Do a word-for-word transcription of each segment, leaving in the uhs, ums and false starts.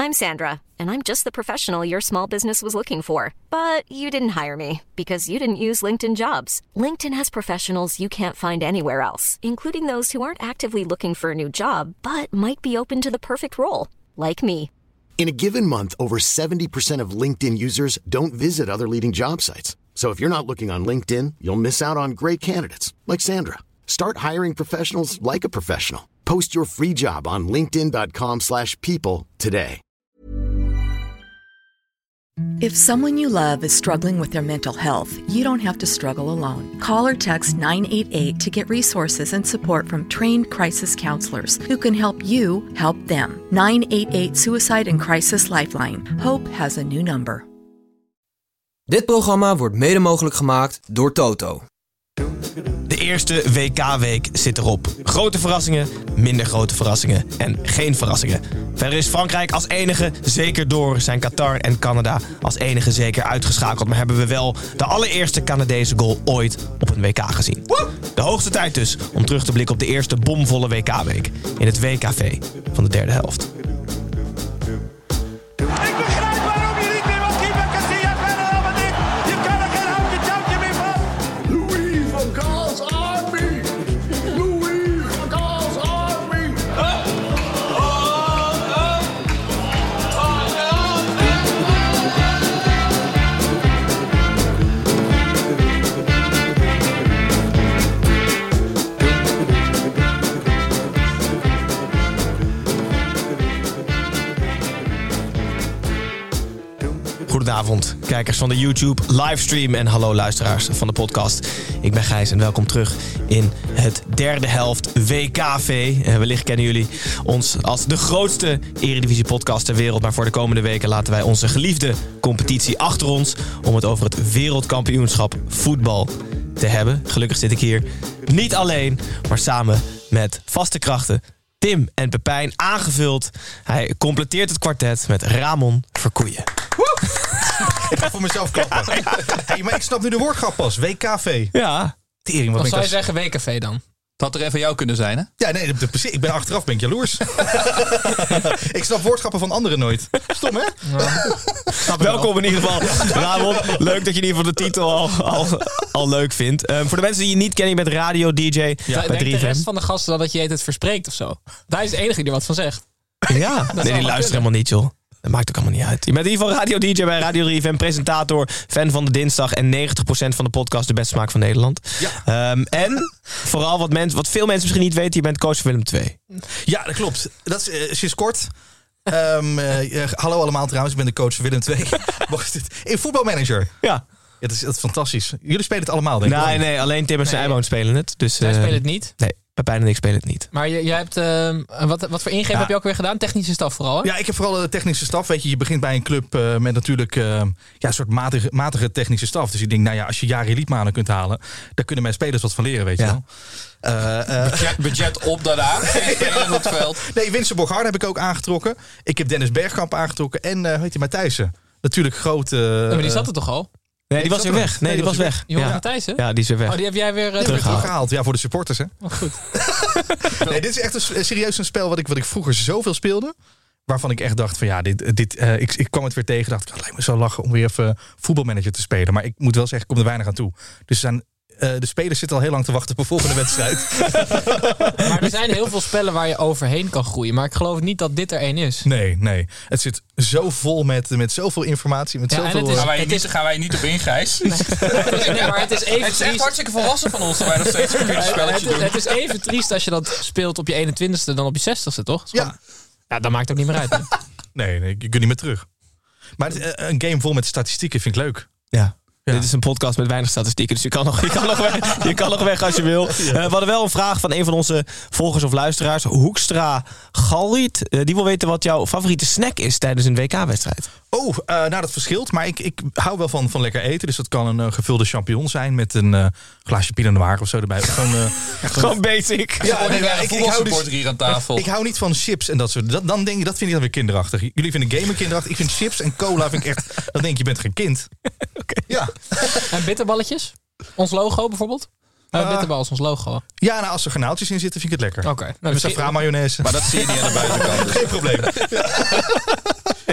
I'm Sandra, and I'm just the professional your small business was looking for. But you didn't hire me because you didn't use LinkedIn Jobs. LinkedIn has professionals you can't find anywhere else, including those who aren't actively looking for a new job, but might be open to the perfect role, like me. In a given month, over seventy percent of LinkedIn users don't visit other leading job sites. So if you're not looking on LinkedIn, you'll miss out on great candidates, like Sandra. Start hiring professionals like a professional. Post your free job on linkedin.com slash people today. If someone you love is struggling with their mental health, you don't have to struggle alone. Call or text nine eight eight to get resources and support from trained crisis counselors who can help you help them. nine eight eight Suicide and Crisis Lifeline. Hope has a new number. Dit programma wordt mede mogelijk gemaakt door Toto. De eerste W K-week zit erop. Grote verrassingen, minder grote verrassingen en geen verrassingen. Verder is Frankrijk als enige zeker door. Zijn Qatar en Canada als enige zeker uitgeschakeld. Maar hebben we wel de allereerste Canadese goal ooit op een W K gezien. De hoogste tijd dus om terug te blikken op de eerste bomvolle W K-week. In het W K-V van de derde helft. Goedenavond, kijkers van de YouTube livestream en hallo luisteraars van de podcast. Ik ben Gijs en welkom terug in het derde helft W K V. En wellicht kennen jullie ons als de grootste Eredivisie podcast ter wereld. Maar voor de komende weken laten wij onze geliefde competitie achter ons om het over het wereldkampioenschap voetbal te hebben. Gelukkig zit ik hier niet alleen, maar samen met vaste krachten. Tim en Pepijn aangevuld. Hij completeert het kwartet met Ramon Verkoeien. Ik ga voor mezelf klappen. Hey, maar ik snap nu de woordgrap pas. W K V. Ja. Tering, wat Wat zou je dat... zeggen W K V dan? Dat had er even jou kunnen zijn, hè? Ja, nee, dat, precies. Ik ben achteraf ben ik jaloers. Ik snap woordgrappen van anderen nooit. Stom, hè? Ja. Welkom in ieder geval, Ramon. Leuk dat je in ieder geval de titel al, al, al leuk vindt. Um, voor de mensen die je niet kennen, je bent radio-dj ja, bij Denk drie F M. de rest van de gasten dan dat je het verspreekt of zo? Hij is de enige die er wat van zegt. Ja, nee, die luisteren helemaal niet, joh. Dat maakt ook allemaal niet uit. Je bent in ieder geval radio-dj bij Radio drie F M, presentator, fan van de dinsdag en negentig procent van de podcast De Beste Smaak van Nederland. Ja. Um, en vooral wat, mens, wat veel mensen misschien niet weten, je bent coach van Willem twee. Ja, dat klopt. Dat is uh, sinds kort. Um, uh, uh, hallo allemaal trouwens, ik ben de coach van Willem twee. In voetbalmanager. Ja. Ja, dat is, dat is fantastisch. Jullie spelen het allemaal, denk ik. Nee, nee, alleen Tim en zijn Eimond spelen het. Dus, Wij uh, spelen het niet. Nee. Pepijn en ik spelen het niet. Maar jij hebt, uh, wat, wat voor ingreep ja. heb je ook weer gedaan? Technische staf vooral, hè? Ja, ik heb vooral de technische staf. Weet je, je begint bij een club uh, met natuurlijk uh, ja, een soort matige, matige technische staf. Dus ik denk, nou ja, als je Jari Liedmanen kunt halen, daar kunnen mijn spelers wat van leren, weet je ja. wel. Uh, uh, budget, budget op daarna. Geen spelers op het veld. Nee, Winston Bogarde heb ik ook aangetrokken. Ik heb Dennis Bergkamp aangetrokken. En, uh, weet je, Matthijssen. Natuurlijk grote... Uh, ja, maar die zat er toch al? Nee, die was weer weg. Nee, die was weg. Johan ja. Matthijssen? Ja, die is weer weg. Oh, die heb jij weer uh, teruggehaald. teruggehaald. Ja, voor de supporters, hè. Oh, goed. Nee, dit is echt een serieus een spel wat ik, wat ik vroeger zoveel speelde. Waarvan ik echt dacht van ja, dit, dit, uh, ik, ik kwam het weer tegen. Dacht ik, het lijkt me zo lachen om weer even voetbalmanager te spelen. Maar ik moet wel zeggen, ik kom er weinig aan toe. Dus zijn... Uh, de spelers zitten al heel lang te wachten op de volgende wedstrijd. Maar er zijn heel veel spellen waar je overheen kan groeien. Maar ik geloof niet dat dit er één is. Nee, nee. Het zit zo vol met, met zoveel informatie. Met ja, zoveel, het is, gaan, wij het niet, is, gaan wij niet op in, Gijs? Nee, nee, maar het is even Het is echt hartstikke volwassen van ons dat wij nog steeds een computerspelletje doen. Het is even triest als je dat speelt op je eenentwintigste dan op je zestigste, toch? Gewoon, ja. Ja, dat maakt ook niet meer uit. Hè? Nee, nee, je kunt niet meer terug. Maar het, een game vol met statistieken vind ik leuk. Ja. Ja. Dit is een podcast met weinig statistieken, dus je kan nog, je kan nog, weg, je kan nog weg als je wil. Uh, we hadden wel een vraag van een van onze volgers of luisteraars. Hoekstra Galriet. Uh, die wil weten wat jouw favoriete snack is tijdens een W K-wedstrijd. Oh, uh, nou dat verschilt. Maar ik, ik hou wel van, van lekker eten. Dus dat kan een uh, gevulde champignon zijn met een uh, glaasje Pinot Noir of zo erbij. Gewoon, uh, gewoon basic. Ja, ja, nee, nee, ik, ik, hou dus, hier aan tafel. Ik hou niet van chips en dat soort. Dat, dan denk ik, dat vind ik dan weer kinderachtig. Jullie vinden gamen kinderachtig. Ik vind chips en cola vind ik echt. Dan denk ik, je bent geen kind. Okay. Ja. En bitterballetjes? Ons logo bijvoorbeeld? Uh, uh, bitterbal is ons logo. Ja, nou, als er garnaaltjes in zitten, vind ik het lekker. Oké. Okay. Nou, met safraan mayonaise. Maar dat zie je niet aan de buitenkant. Geen probleem. Ja.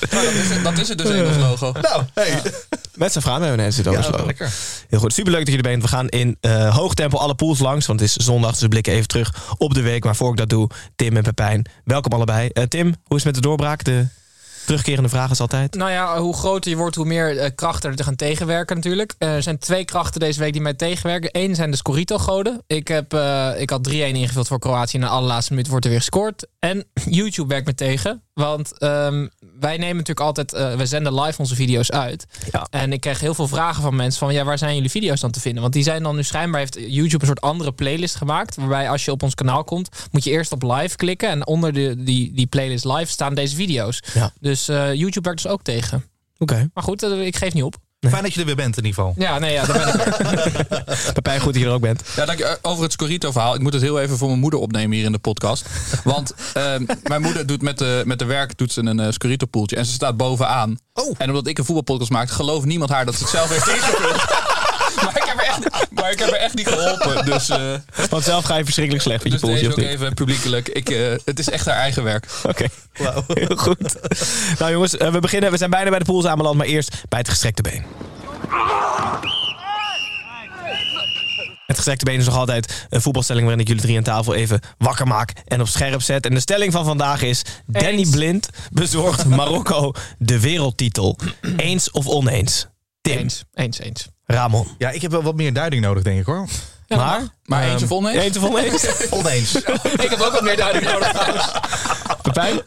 dat, is het, dat is het dus, Engels logo. Nou, hey. Ja. Met zijn vraag hebben we zitten over Ja, slogan. lekker. Heel goed, superleuk dat je er bent. We gaan in uh, hoog tempo alle pools langs, want het is zondag, dus we blikken even terug op de week. Maar voor ik dat doe, Tim en Pepijn, welkom allebei. Uh, Tim, hoe is het met de doorbraak? De terugkerende vraag is altijd. Nou ja, hoe groter je wordt, hoe meer uh, krachten er te gaan tegenwerken natuurlijk. Uh, er zijn twee krachten deze week die mij tegenwerken. Eén zijn de Scorito-goden. Ik, heb, uh, ik had drie-een ingevuld voor Kroatië en in de allerlaatste minuut wordt er weer gescoord. En YouTube werkt me tegen. Want um, wij nemen natuurlijk altijd, uh, we zenden live onze video's uit. Ja. En ik kreeg heel veel vragen van mensen van, ja, waar zijn jullie video's dan te vinden? Want die zijn dan nu schijnbaar, heeft YouTube een soort andere playlist gemaakt. Waarbij als je op ons kanaal komt, moet je eerst op live klikken. En onder de, die, die playlist live staan deze video's. Ja. Dus uh, YouTube werkt dus ook tegen. Oké. Okay. Maar goed, uh, ik geef niet op. Nee. Fijn dat je er weer bent in ieder geval. Ja, nee, ja, daar ben ik. Pepijn, goed dat je er ook bent. Ja, dank je. Over het Scorito-verhaal. Ik moet het heel even voor mijn moeder opnemen hier in de podcast. Want uh, mijn moeder doet met de, met de werk doet ze een uh, Scorito-poeltje. En ze staat bovenaan. Oh. En omdat ik een voetbalpodcast maak, gelooft niemand haar dat ze het zelf heeft ingevuld. Maar ik heb er echt, maar ik heb er echt niet geholpen. Dus, uh, Want zelf ga je verschrikkelijk slecht met dus je poeltje. deze ook even publiekelijk. Ik, uh, het is echt haar eigen werk. Oké, okay. Wow. Heel goed. Nou jongens, uh, we beginnen. We zijn bijna bij de pools aanbeland, maar eerst bij het gestrekte been. Het gestrekte been is nog altijd een voetbalstelling waarin ik jullie drie aan tafel even wakker maak en op scherp zet. En de stelling van vandaag is: Danny eens. Blind bezorgt Marokko de wereldtitel. Eens of oneens? Tim. Eens, eens, eens. Ramon. Ja, ik heb wel wat meer duiding nodig, denk ik hoor. Ja, maar? Maar um, eens of oneens? Eens of oneens? Oneens. Ik heb ook wat meer duiding nodig trouwens. Pepijn?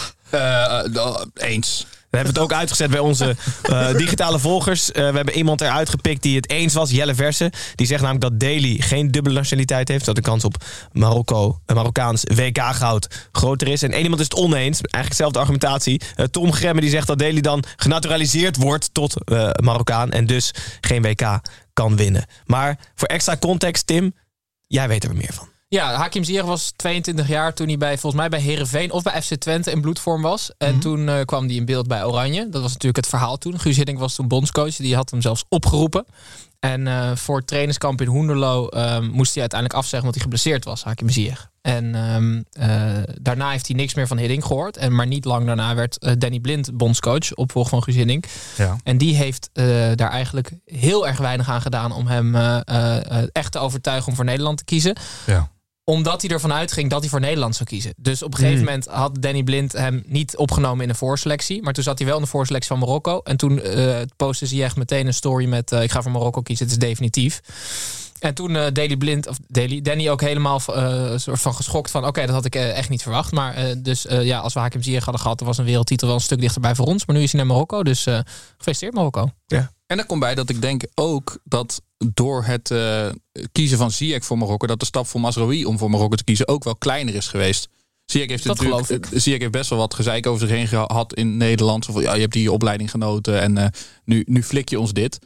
Uh, uh, eens. We hebben het ook uitgezet bij onze uh, digitale volgers. Uh, we hebben iemand eruit gepikt die het eens was, Jelle Verse. Die zegt namelijk dat Daly geen dubbele nationaliteit heeft. Dat de kans op Marokko, uh, Marokkaans W K-goud groter is. En één iemand is het oneens. Eigenlijk dezelfde argumentatie. Uh, Tom Gremme die zegt dat Daly dan genaturaliseerd wordt tot uh, Marokkaan. En dus geen W K kan winnen. Maar voor extra context, Tim, jij weet er meer van. Ja, Hakim Ziyech was tweeëntwintig jaar toen hij bij, volgens mij bij Heerenveen of bij F C Twente in bloedvorm was. En mm-hmm. toen uh, kwam hij in beeld bij Oranje. Dat was natuurlijk het verhaal toen. Guus Hiddink was toen bondscoach. Die had hem zelfs opgeroepen. En uh, voor het trainingskamp in Hoenderloo uh, moest hij uiteindelijk afzeggen omdat hij geblesseerd was, Hakim Ziyech. En um, uh, daarna heeft hij niks meer van Hiddink gehoord. En maar niet lang daarna werd uh, Danny Blind bondscoach, opvolger van Guus Hiddink. Ja. En die heeft uh, daar eigenlijk heel erg weinig aan gedaan om hem uh, uh, echt te overtuigen om voor Nederland te kiezen. Ja. Omdat hij ervan uitging dat hij voor Nederland zou kiezen. Dus op een gegeven mm. moment had Danny Blind hem niet opgenomen in de voorselectie. Maar toen zat hij wel in de voorselectie van Marokko. En toen uh, postte hij echt meteen een story met uh, ik ga voor Marokko kiezen, het is definitief. En toen uh, Daly Blind, of Daly, Danny ook helemaal uh, soort van geschokt van oké, okay, dat had ik uh, echt niet verwacht. Maar uh, dus uh, ja, als we Hakim Ziyech hadden gehad, dan was een wereldtitel wel een stuk dichterbij voor ons. Maar nu is hij naar Marokko, dus uh, gefeliciteerd Marokko. Ja. En er komt bij dat ik denk ook dat door het uh, kiezen van Ziyech voor Marokko, dat de stap voor Mazraoui om voor Marokko te kiezen ook wel kleiner is geweest. Ziyech heeft, dat geloof ik. Ziyech heeft best wel wat gezeik over zich heen gehad in Nederland. Van, ja, je hebt die opleiding genoten en uh, nu, nu flik je ons dit.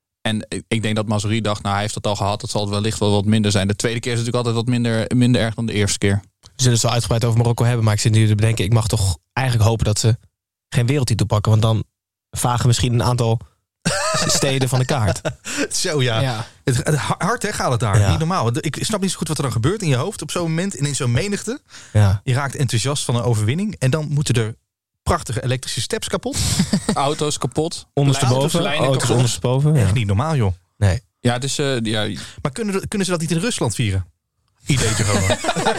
En ik denk dat Mazraoui dacht, nou hij heeft dat al gehad, dat zal het wellicht wel wat minder zijn. De tweede keer is natuurlijk altijd wat minder, minder erg dan de eerste keer. We zullen het zo uitgebreid over Marokko hebben, maar ik zit nu te bedenken, ik mag toch eigenlijk hopen dat ze geen wereldtitel pakken, want dan vagen misschien een aantal steden van de kaart. Zo ja. ja. Het, het hard hè, gaat het daar. Ja. Niet normaal. Ik snap niet zo goed wat er dan gebeurt in je hoofd op zo'n moment en in zo'n menigte. Ja. Je raakt enthousiast van een overwinning en dan moeten er prachtige elektrische steps kapot. Auto's kapot. Ondersteboven. Auto's ondersteboven. Ja. Echt niet normaal joh. Nee. Ja, het is... Uh, ja. Maar kunnen, kunnen ze dat niet in Rusland vieren? Ideetje gewoon.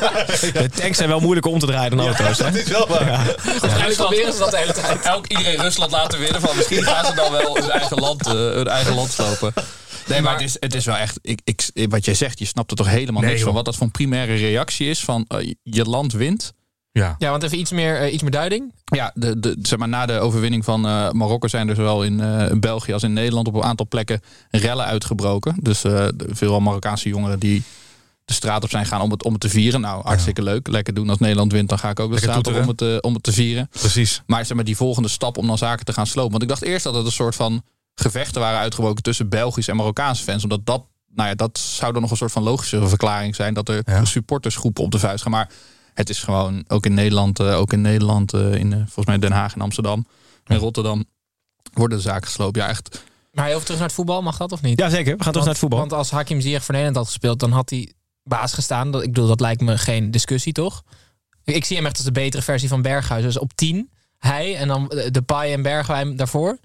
De tanks zijn wel moeilijker om te draaien dan auto's. Ja, dat is wel waar. Ja. Waarschijnlijk proberen ze dat de hele tijd. Elk iedereen Rusland laten winnen van misschien gaan ze dan wel hun eigen land, uh, hun eigen land slopen. Nee, maar het is, het is wel echt... Ik, ik, wat jij zegt, je snapt er toch helemaal nee, niks joh. van. Wat dat voor een primaire reactie is van uh, je land wint. Ja. Ja, want even iets meer, uh, iets meer duiding. Ja, de, de, zeg maar, na de overwinning van uh, Marokko zijn er zowel in uh, België als in Nederland op een aantal plekken rellen uitgebroken. Dus uh, veel Marokkaanse jongeren die de straat op zijn gaan om het, om het te vieren. Nou, hartstikke ja. leuk. Lekker doen als Nederland wint, dan ga ik ook de Lekker straat op om het, uh, om het te vieren. Precies. Maar zeg maar die volgende stap om dan zaken te gaan slopen. Want ik dacht eerst dat het een soort van gevechten waren uitgebroken tussen Belgische en Marokkaanse fans. Omdat dat, nou ja, dat zou dan nog een soort van logische verklaring zijn. Dat er ja. supportersgroepen op de vuist gaan. Maar het is gewoon, ook in Nederland, uh, ook in Nederland, uh, in uh, volgens mij Den Haag en Amsterdam en ja. Rotterdam worden de zaken geslopen. Ja, echt. Maar heel even terug naar het voetbal, mag dat of niet? Ja, zeker. We gaan terug want, naar het voetbal. Want als Hakim Ziyech voor Nederland had gespeeld, dan had hij baas gestaan. Dat, ik bedoel, dat lijkt me geen discussie, toch? Ik, ik zie hem echt als de betere versie van Berghuis. Dus op tien. hij en dan Depay en Bergwijn daarvoor.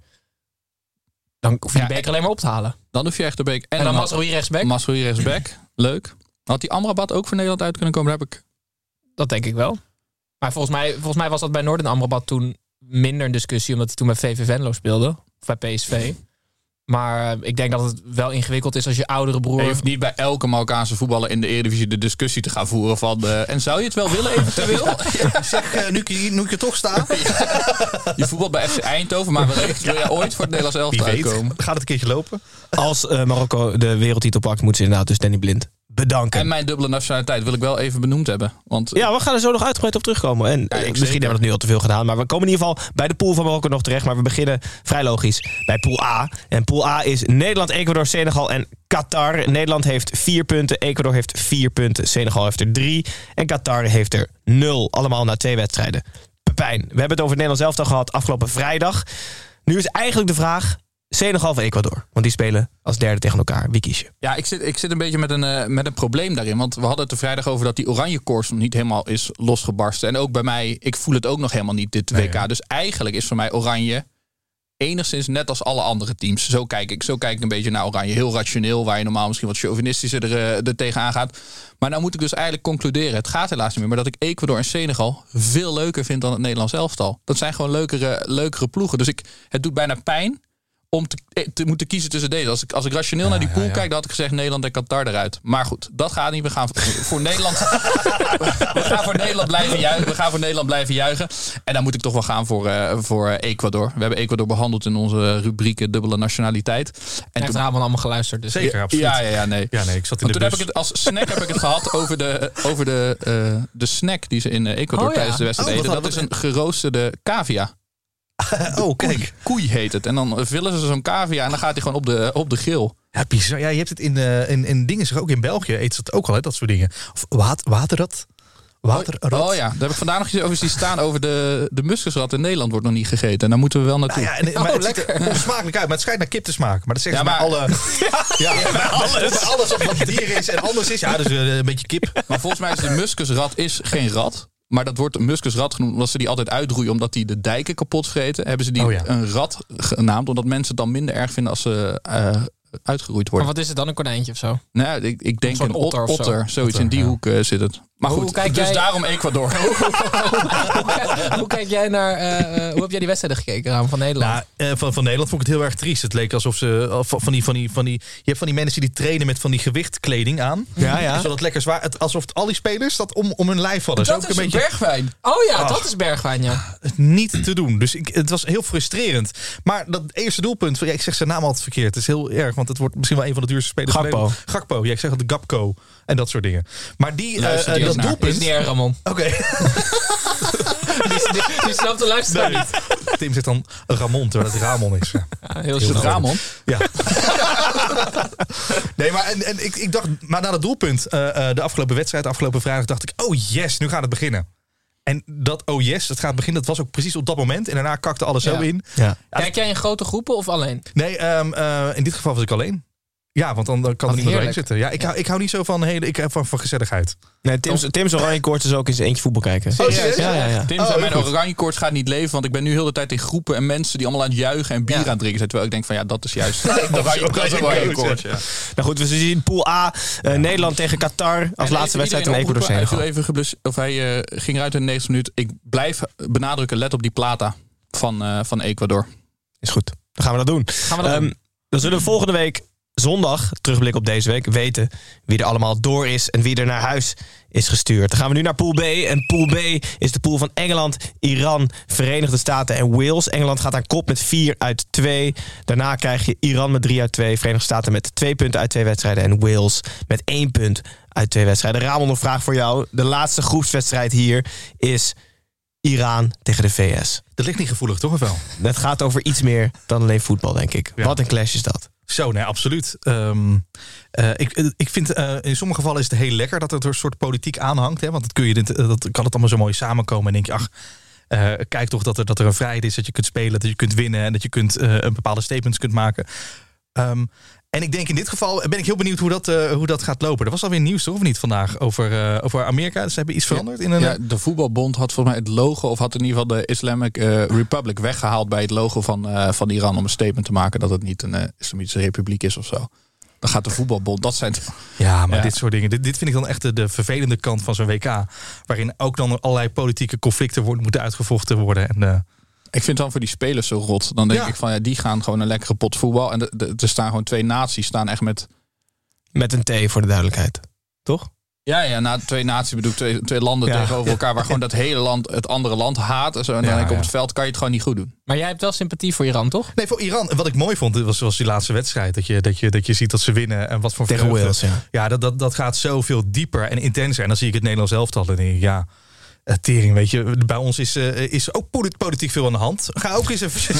Dan hoef je Ja, die beker alleen maar op te halen. Dan hoef je echt de beker. En, en dan Mazraoui rechtsback. Mazraoui rechtsback. Leuk. Had die Amrabat ook voor Nederland uit kunnen komen? Daar heb ik... Dat denk ik wel. Maar volgens mij, volgens mij was dat bij Noorden Amrabat toen minder een discussie, omdat hij toen bij V V Venlo speelde. Of bij P S V. Maar ik denk dat het wel ingewikkeld is als je oudere broer... Je hoeft niet bij elke Marokkaanse voetballer in de Eredivisie de discussie te gaan voeren van... Uh, en zou je het wel willen eventueel? Ja, zeg, uh, nu, ik, nu ik er toch sta. Ja. Je voetbalt bij F C Eindhoven, maar wellicht wil je ooit voor het Nederlands elftal uitkomen. Gaat het een keertje lopen? Als uh, Marokko de wereldtitel pakt, moeten ze inderdaad dus Danny Blind bedanken. En mijn dubbele nationaliteit wil ik wel even benoemd hebben. Want, ja, we gaan er zo nog uitgebreid op terugkomen. En ja, misschien hebben we het nu al te veel gedaan. Maar we komen in ieder geval bij de pool van Marokko nog terecht. Maar we beginnen vrij logisch bij pool A. En pool A is Nederland, Ecuador, Senegal en Qatar. Nederland heeft vier punten. Ecuador heeft vier punten. Senegal heeft er drie. En Qatar heeft er nul. Allemaal na twee wedstrijden. Pepijn, we hebben het over het Nederlands elftal gehad afgelopen vrijdag. Nu is eigenlijk de vraag... Senegal of Ecuador? Want die spelen als derde tegen elkaar. Wie kies je? Ja, ik zit, ik zit een beetje met een, uh, met een probleem daarin. Want we hadden het er vrijdag over dat die oranje koers nog niet helemaal is losgebarsten. En ook bij mij, ik voel het ook nog helemaal niet, dit W K. Nee, dus eigenlijk is voor mij oranje enigszins net als alle andere teams. Zo kijk ik, zo kijk ik een beetje naar oranje. Heel rationeel, waar je normaal misschien wat chauvinistischer er, uh, er tegenaan gaat. Maar nou moet ik dus eigenlijk concluderen. Het gaat helaas niet meer. Maar dat ik Ecuador en Senegal veel leuker vind dan het Nederlands elftal. Dat zijn gewoon leukere, leukere ploegen. Dus ik, het doet bijna pijn om te, te moeten kiezen tussen deze. Als ik, als ik rationeel ja, naar die pool ja, ja. kijk, dan had ik gezegd Nederland en Qatar eruit. Maar goed, dat gaat niet. We gaan voor Nederland. we gaan voor Nederland blijven juichen. We gaan voor Nederland blijven juichen. En dan moet ik toch wel gaan voor, uh, voor Ecuador. We hebben Ecuador behandeld in onze rubrieken dubbele nationaliteit. En heeft Ramon allemaal geluisterd. Dus zeker, absoluut. Ja, ja, ja, nee. Ja, nee ik zat in Want de toen bus. heb ik het als snack heb ik het gehad over de, over de, uh, de snack die ze in Ecuador oh, tijdens ja. de wedstrijd oh, eten. Dat is een geroosterde cavia. Oh, kijk. Koei heet het. En dan vullen ze zo'n cavia en dan gaat hij gewoon op de, op de grill. Ja, bizar. Ja, je hebt het in, uh, in, in dingen, zeg ook in België eten ze het ook al, hè, dat soort dingen. Of water, waterrat. Waterrat. Oh, oh ja, daar heb ik vandaag nog iets over zien staan over de, de muskusrat in Nederland wordt nog niet gegeten. En daar moeten we wel naartoe. Nou ja, en, maar oh, het lekker. Ziet er onsmakelijk uit, maar het schijnt naar kip te smaken. Maar dat zeggen ja, ze maar, bij alle... ja, ja, bij alles. alles wat dier is en anders is. Ja, dus uh, een beetje kip. Maar volgens mij is de muskusrat is geen rat. Maar dat wordt een muskusrat genoemd omdat ze die altijd uitroeien omdat die de dijken kapot vreten. Hebben ze die oh ja. een rat genaamd omdat mensen het dan minder erg vinden als ze uh, uitgeroeid worden. Maar wat is het dan, een konijntje of zo? Nou, ik, ik denk een, een otter, otter, otter zoiets otter, in die ja. hoek uh, zit het. Maar hoe, goed, hoe kijk dus jij... daarom Ecuador. hoe, hoe, hoe kijk jij naar, uh, hoe heb jij die wedstrijden gekeken Ram, van Nederland? Nou, uh, van, van Nederland vond ik het heel erg triest. Het leek alsof ze, van die, van die, van die, je hebt van die mensen die trainen met van die gewichtkleding aan. Ja, ja. Zodat lekker zwaar, het, alsof het, al die spelers dat om, om hun lijf hadden. Dat is, is een beetje Bergwijn. Oh ja, Ach, dat is Bergwijn, ja. Niet te doen. Dus ik, het was heel frustrerend. Maar dat eerste doelpunt, ja, ik zeg zijn naam altijd verkeerd. Het is heel erg, want het wordt misschien wel een van de duurste spelers. Gakpo. Gakpo, ja, ik zeg altijd Gapco. En dat soort dingen. Maar die, Luister, uh, die dat naar. doelpunt... is niet erg, Ramon. Oké. Okay. die, die, die snapt de luisteraar nee. niet. Tim zegt dan Ramon, terwijl het Ramon is. Ja, ja, heel heel Ramon? Ja. nee, maar en, en ik, ik dacht, maar na dat doelpunt, uh, uh, de afgelopen wedstrijd, de afgelopen vrijdag, dacht ik, oh yes, nu gaat het beginnen. En dat, oh yes, het gaat beginnen, dat was ook precies op dat moment. En daarna kakte alles ja. zo in. Ja. Kijk jij in grote groepen of alleen? Nee, um, uh, in dit geval was ik alleen. Ja, want dan, dan kan er niemand doorheen zitten. Ja, ik, ja. Hou, ik hou niet zo van, hele, ik hou van, van gezelligheid. Nee, Tim's, Tim's oranje koorts is ook in zijn eentje voetbal kijken. Oh, serieus? Ja, ja, ja. Tim oh, zei, mijn oranje koorts gaat niet leven, want ik ben nu heel de tijd in groepen en mensen die allemaal aan het juichen en bier ja. aan het drinken zijn. Terwijl ik denk van ja, dat is juist oranje koorts. Ja. Nou goed, we zien pool A, uh, Nederland tegen Qatar als en laatste wedstrijd in Ecuador Senegal. Hij, even geblus, of hij uh, ging eruit in de negentigste minuut. Ik blijf benadrukken, let op die plata van, uh, van Ecuador. Is goed, dan gaan we dat doen. Gaan we dat um, doen. Dan zullen we volgende week zondag, terugblik op deze week, weten wie er allemaal door is en wie er naar huis is gestuurd. Dan gaan we nu naar Pool B. En Pool B is de pool van Engeland, Iran, Verenigde Staten en Wales. Engeland gaat aan kop met vier uit twee. Daarna krijg je Iran met drie uit twee, Verenigde Staten met twee punten uit twee wedstrijden en Wales met één punt uit twee wedstrijden. Ramon, een vraag voor jou. De laatste groepswedstrijd hier is Iran tegen de V S. Dat ligt niet gevoelig, toch of wel? Het gaat over iets meer dan alleen voetbal, denk ik. Ja. Wat een clash is dat. Zo, nee, absoluut. Um, uh, ik, ik vind uh, in sommige gevallen is het heel lekker dat er een soort politiek aanhangt. Hè, want dat, kun je, dat kan het allemaal zo mooi samenkomen. En denk je, ach, uh, kijk toch dat er, dat er een vrijheid is. Dat je kunt spelen, dat je kunt winnen. En dat je kunt, uh, een bepaalde statements kunt maken. Um, En ik denk in dit geval ben ik heel benieuwd hoe dat, uh, hoe dat gaat lopen. Er was alweer nieuws, toch? Of niet vandaag? Over, uh, over Amerika. Ze hebben iets veranderd. Ja, in een... ja, de voetbalbond had volgens mij het logo... of had in ieder geval de Islamic uh, Republic weggehaald... bij het logo van, uh, van Iran... om een statement te maken dat het niet een uh, islamitische republiek is of zo. Dan gaat de voetbalbond... Dat zijn ja, maar ja. dit soort dingen... Dit, dit vind ik dan echt de, de vervelende kant van zo'n W K. Waarin ook dan allerlei politieke conflicten worden, moeten uitgevochten worden. En... Uh, Ik vind dan voor die spelers zo rot. Dan denk ja. ik van ja, die gaan gewoon een lekkere pot voetbal. En de, de, er staan gewoon twee naties, staan echt met... Met een T voor de duidelijkheid. Toch? Ja, ja, na twee naties bedoel ik twee, twee landen ja. tegenover elkaar... waar gewoon dat hele land het andere land haat. En, zo. en dan ja, denk ik, op het veld kan je het gewoon niet goed doen. Maar jij hebt wel sympathie voor Iran, toch? Nee, voor Iran. Wat ik mooi vond, was, was die laatste wedstrijd. Dat je, dat, je, dat je ziet dat ze winnen. En wat voor tegen Wales, ja. Ja, dat, dat, dat gaat zoveel dieper en intenser. En dan zie ik het Nederlands elftal en denk ik, ja... Uh, tering, weet je, bij ons is, uh, is ook politiek veel aan de hand. Ga ook eens even...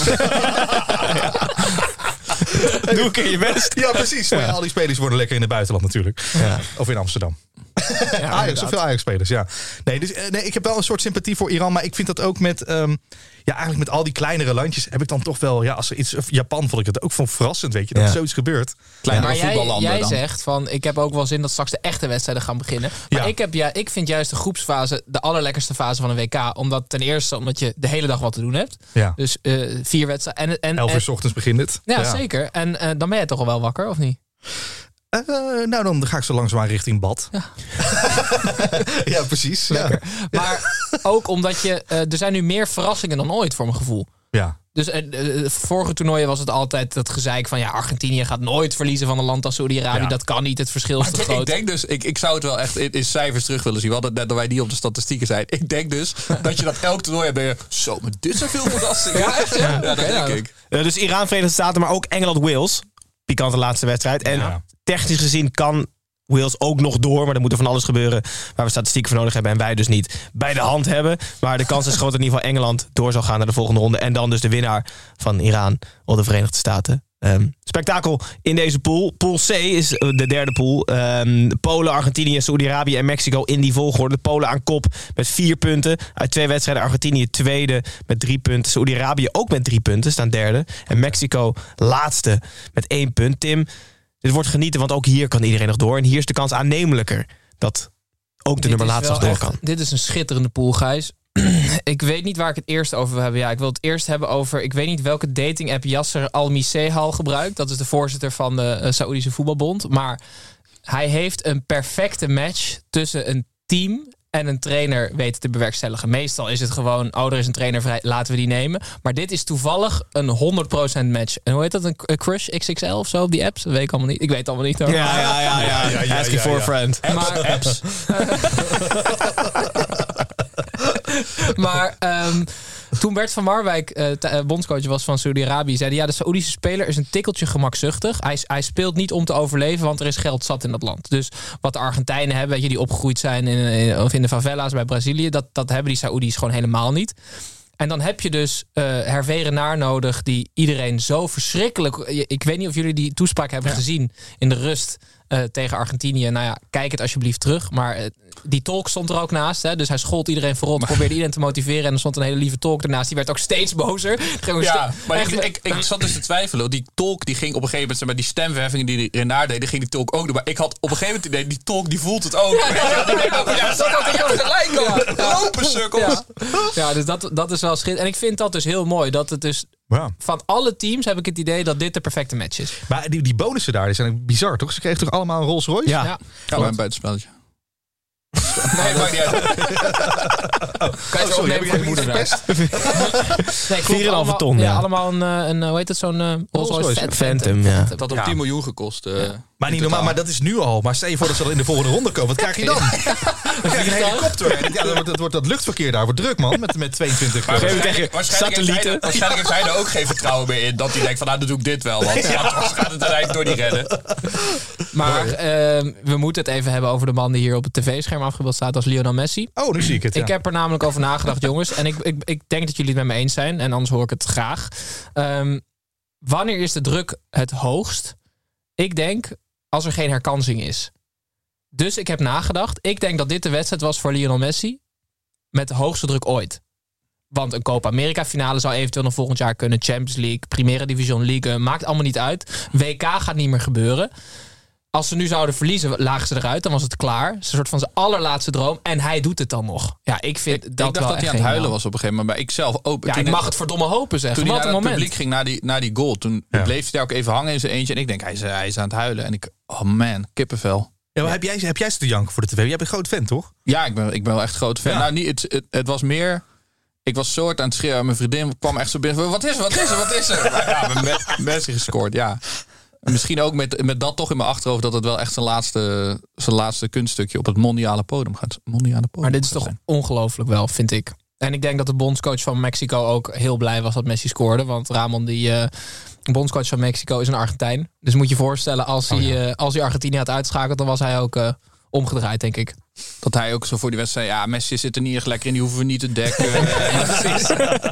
Doe een keer je best. Ja, precies. Ja. Al die spelers worden lekker in het buitenland natuurlijk. Ja. Of in Amsterdam. Ja, Ajax, zoveel Ajax-spelers, ja. Nee, dus, uh, nee, ik heb wel een soort sympathie voor Iran, maar ik vind dat ook met... Um, ja, eigenlijk met al die kleinere landjes heb ik dan toch wel... Ja, als er iets... Japan vond ik het ook van verrassend, weet je, dat ja. er zoiets gebeurt. Kleinere maar voetballanden jij, jij dan. zegt van, ik heb ook wel zin dat straks de echte wedstrijden gaan beginnen. Maar ja. ik, heb, ja, ik vind juist de groepsfase de allerlekkerste fase van een W K. Omdat ten eerste, omdat je de hele dag wat te doen hebt. Ja. Dus uh, vier wedstrijden. En, en, Elf uur en, 's ochtends begint het. Ja, ja. zeker. En uh, dan ben je toch al wel wakker, of niet? Uh, nou, dan ga ik zo langzaamaan richting bad. Ja, ja precies. Ja. Maar ook omdat je... Uh, er zijn nu meer verrassingen dan ooit, voor mijn gevoel. Ja. Dus uh, uh, vorige toernooien was het altijd dat gezeik van... ja, Argentinië gaat nooit verliezen van een land als Saudi-Arabië. Ja. Dat kan niet, het verschil is te groot. Ik denk dus, ik, ik zou het wel echt in, in cijfers terug willen zien. We hadden net dat wij niet op de statistieken zijn. Ik denk dus dat je dat elk toernooi hebt. Ben je, zo, maar dit zijn veel verrassingen. Ja, echt? Ja, ja, dat okay, denk ja. ik. Uh, dus Iran, Verenigde Staten, maar ook Engeland-Wales. Pikante laatste wedstrijd. En ja. technisch gezien kan... Wales ook nog door, maar er moet er van alles gebeuren waar we statistieken voor nodig hebben en wij dus niet bij de hand hebben. Maar de kans is groot dat in ieder geval Engeland door zal gaan naar de volgende ronde. En dan dus de winnaar van Iran of de Verenigde Staten. Um, spektakel in deze pool. Pool C is de derde pool. Um, Polen, Argentinië, Saoedi-Arabië en Mexico in die volgorde. De Polen aan kop met vier punten. Uit twee wedstrijden. Argentinië tweede met drie punten. Saoedi-Arabië ook met drie punten, staan derde. En Mexico laatste met één punt. Tim, dit wordt genieten, want ook hier kan iedereen nog door. En hier is de kans aannemelijker dat ook de dit nummer laatst nog door echt, kan. Dit is een schitterende pool, Gijs. Ik weet niet waar ik het eerst over wil hebben. Ja, ik wil het eerst hebben over... Ik weet niet welke dating-app Yasser Al-Misehal gebruikt. Dat is de voorzitter van de uh, Saoedische voetbalbond. Maar hij heeft een perfecte match tussen een team... en een trainer weten te bewerkstelligen. Meestal is het gewoon, oh, er is een trainer vrij, laten we die nemen. Maar dit is toevallig een honderd procent match. En hoe heet dat? Een Crush X X L of zo op die apps? Dat weet ik allemaal niet. Ik weet het allemaal niet. Hoor. Ja, ja, ja. ja, ja, ja Asking ja, ja, for ja. a friend. Apps, maar apps. maar um, toen Bert van Marwijk uh, t- uh, bondscoach was van Saudi-Arabië... zei hij, ja, de Saoedische speler is een tikkeltje gemakzuchtig. Hij, hij speelt niet om te overleven, want er is geld zat in dat land. Dus wat de Argentijnen hebben, weet je, die opgegroeid zijn... in, in, of in de favela's bij Brazilië... dat, dat hebben die Saoedi's gewoon helemaal niet. En dan heb je dus uh, Hervé Renard nodig... die iedereen zo verschrikkelijk... Ik weet niet of jullie die toespraak hebben ja. gezien in de rust... Uh, tegen Argentinië. Nou ja, kijk het alsjeblieft terug. Maar uh, die tolk stond er ook naast. Hè? Dus hij schold iedereen voorop. Probeerde iedereen te motiveren. En er stond een hele lieve tolk ernaast. Die werd ook steeds bozer. Ja, st- maar ik, ik, ik zat dus te twijfelen. Die tolk die ging op een gegeven moment... met die stemverheffingen die Renard deed... die ging die tolk ook doen. Maar ik had op een gegeven moment idee... die tolk die voelt het ook. Ja, ja, die denkt ook, ja, dat had ik ook gelijk ook. Ja, lopen sukkels. Ja, ja dus dat, dat is wel schitterend. En ik vind dat dus heel mooi. Dat het dus... Ja. Van alle teams heb ik het idee dat dit de perfecte match is. Maar die, die bonussen daar die zijn bizar, toch? Ze kregen toch allemaal een Rolls Royce? Ja, ja. ja maar een buitenspelletje. Nee, maakt niet uit. Oh, kan je zo opnemen voor je moeder daar? Nee, vier komma vijf ton, ja. ja. Allemaal een, een, hoe heet het, zo'n uh, Rolls Royce Phantom. Phantom, ja. Dat had ja. tien miljoen gekost. Uh, ja. Maar niet normaal, maar dat is nu al. Maar stel je voor dat ze dan in de volgende ronde komen. Wat krijg je dan? Dan krijg je een helikopter. Ja, dan wordt, dat, wordt dat luchtverkeer daar wordt druk, man. Met, met tweeëntwintig maar waarschijnlijk, waarschijnlijk satellieten. Heeft hij, waarschijnlijk heeft hij er ook geen vertrouwen meer in. Dat hij denkt van, nou, dan doe ik dit wel. Want ja, anders gaat het uiteindelijk door niet redden. Maar uh, we moeten het even hebben over de man die hier op het tv-scherm afgebeeld staat als Lionel Messi. Oh, nu zie ik het. Ja. Ik heb er namelijk over nagedacht, jongens. En ik, ik, ik denk dat jullie het met me eens zijn. En anders hoor ik het graag. Um, wanneer is de druk het hoogst? Ik denk als er geen herkansing is. Dus ik heb nagedacht. Ik denk dat dit de wedstrijd was voor Lionel Messi met de hoogste druk ooit. Want een Copa America finale zou eventueel nog volgend jaar kunnen. Champions League, Primera Division League. Maakt allemaal niet uit. W K gaat niet meer gebeuren. Als ze nu zouden verliezen, lagen ze eruit. Dan was het klaar. Het is een soort van zijn allerlaatste droom. En hij doet het dan nog. Ja, ik vind ik, dat ik dacht wel dat hij aan echt het huilen geniaal. was op een gegeven moment. Maar ik zelf ook. Ja, ik mag het verdomme hopen, zeg. Toen hij Wat naar een het moment. publiek ging, naar die, naar die goal. Toen Ja. bleef hij daar ook even hangen in zijn eentje. En ik denk, hij is, hij is aan het huilen. En ik, oh man, kippenvel. Ja, maar heb jij, heb jij zitten janken voor de tv? Jij bent een groot fan, toch? Ja, ik ben, ik ben wel echt een grote fan. Ja. Nou, niet, het, het, het was meer... Ik was soort aan het schreeuwen. Mijn vriendin kwam echt zo binnen. Wat is er, wat is er, wat is er? Maar ja, met Messi gescoord, ja. En misschien ook met, met dat toch in mijn achterhoofd... dat het wel echt zijn laatste, zijn laatste kunststukje... op het mondiale podium gaat. Mondiale podium Maar dit is gaat toch zijn. ongelooflijk wel, vind ik. En ik denk dat de bondscoach van Mexico ook heel blij was dat Messi scoorde. Want Ramon, die uh, bondscoach van Mexico, is een Argentijn. Dus moet je voorstellen, als hij, Oh ja. uh, als hij Argentinië had uitschakeld... dan was hij ook uh, omgedraaid, denk ik. Dat hij ook zo voor die wedstrijd... Ja, Messi zit er niet echt lekker in. Die hoeven we niet te dekken. Ja, precies.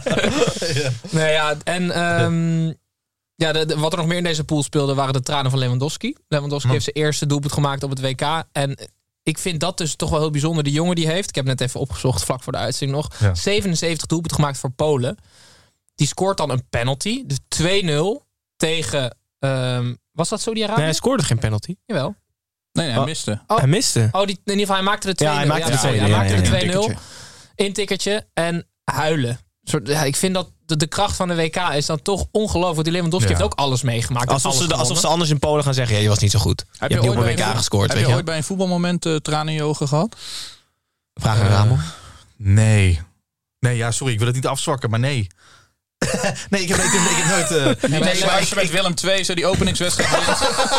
ja. Nee, ja, en... Um, Ja, de, de, wat er nog meer in deze pool speelde waren de tranen van Lewandowski. Lewandowski Hm. heeft zijn eerste doelpunt gemaakt op het W K. En ik vind dat dus toch wel heel bijzonder. De jongen die heeft, ik heb net even opgezocht vlak voor de uitzending nog... Ja. zevenenzeventig doelpunten gemaakt voor Polen. Die scoort dan een penalty. Dus twee nul tegen... Um, was dat Saudi-Arabië? Nee, hij scoorde geen penalty. Jawel. Nee, nee, hij Oh. miste. Oh. Hij miste. Oh, die, in ieder geval, hij maakte de twee nul. Ja, hij maakte de twee nul, hij ja, maakte ja, de ja. twee nul. Tikkertje. Intikkertje en huilen. Soort, ja, ik vind dat de, de kracht van de W K is dan toch ongelooflijk. Die Lewandowski Ja. heeft ook alles meegemaakt. en Alsof alles ze, alsof gewonnen. ze anders in Polen gaan zeggen... Ja, je was niet zo goed. Je hebt niet op een W K een- gescoord, Heb weet je je ooit bij een voetbalmoment uh, tranen in je ogen gehad? Vraag aan Ramon. Nee. Nee, ja, sorry. Ik wil het niet afzwakken, maar nee. nee, ik heb, ik heb, ik heb nooit... Uh, Nee, nee, maar als je met Willem twee zo die openingswedstrijd wint.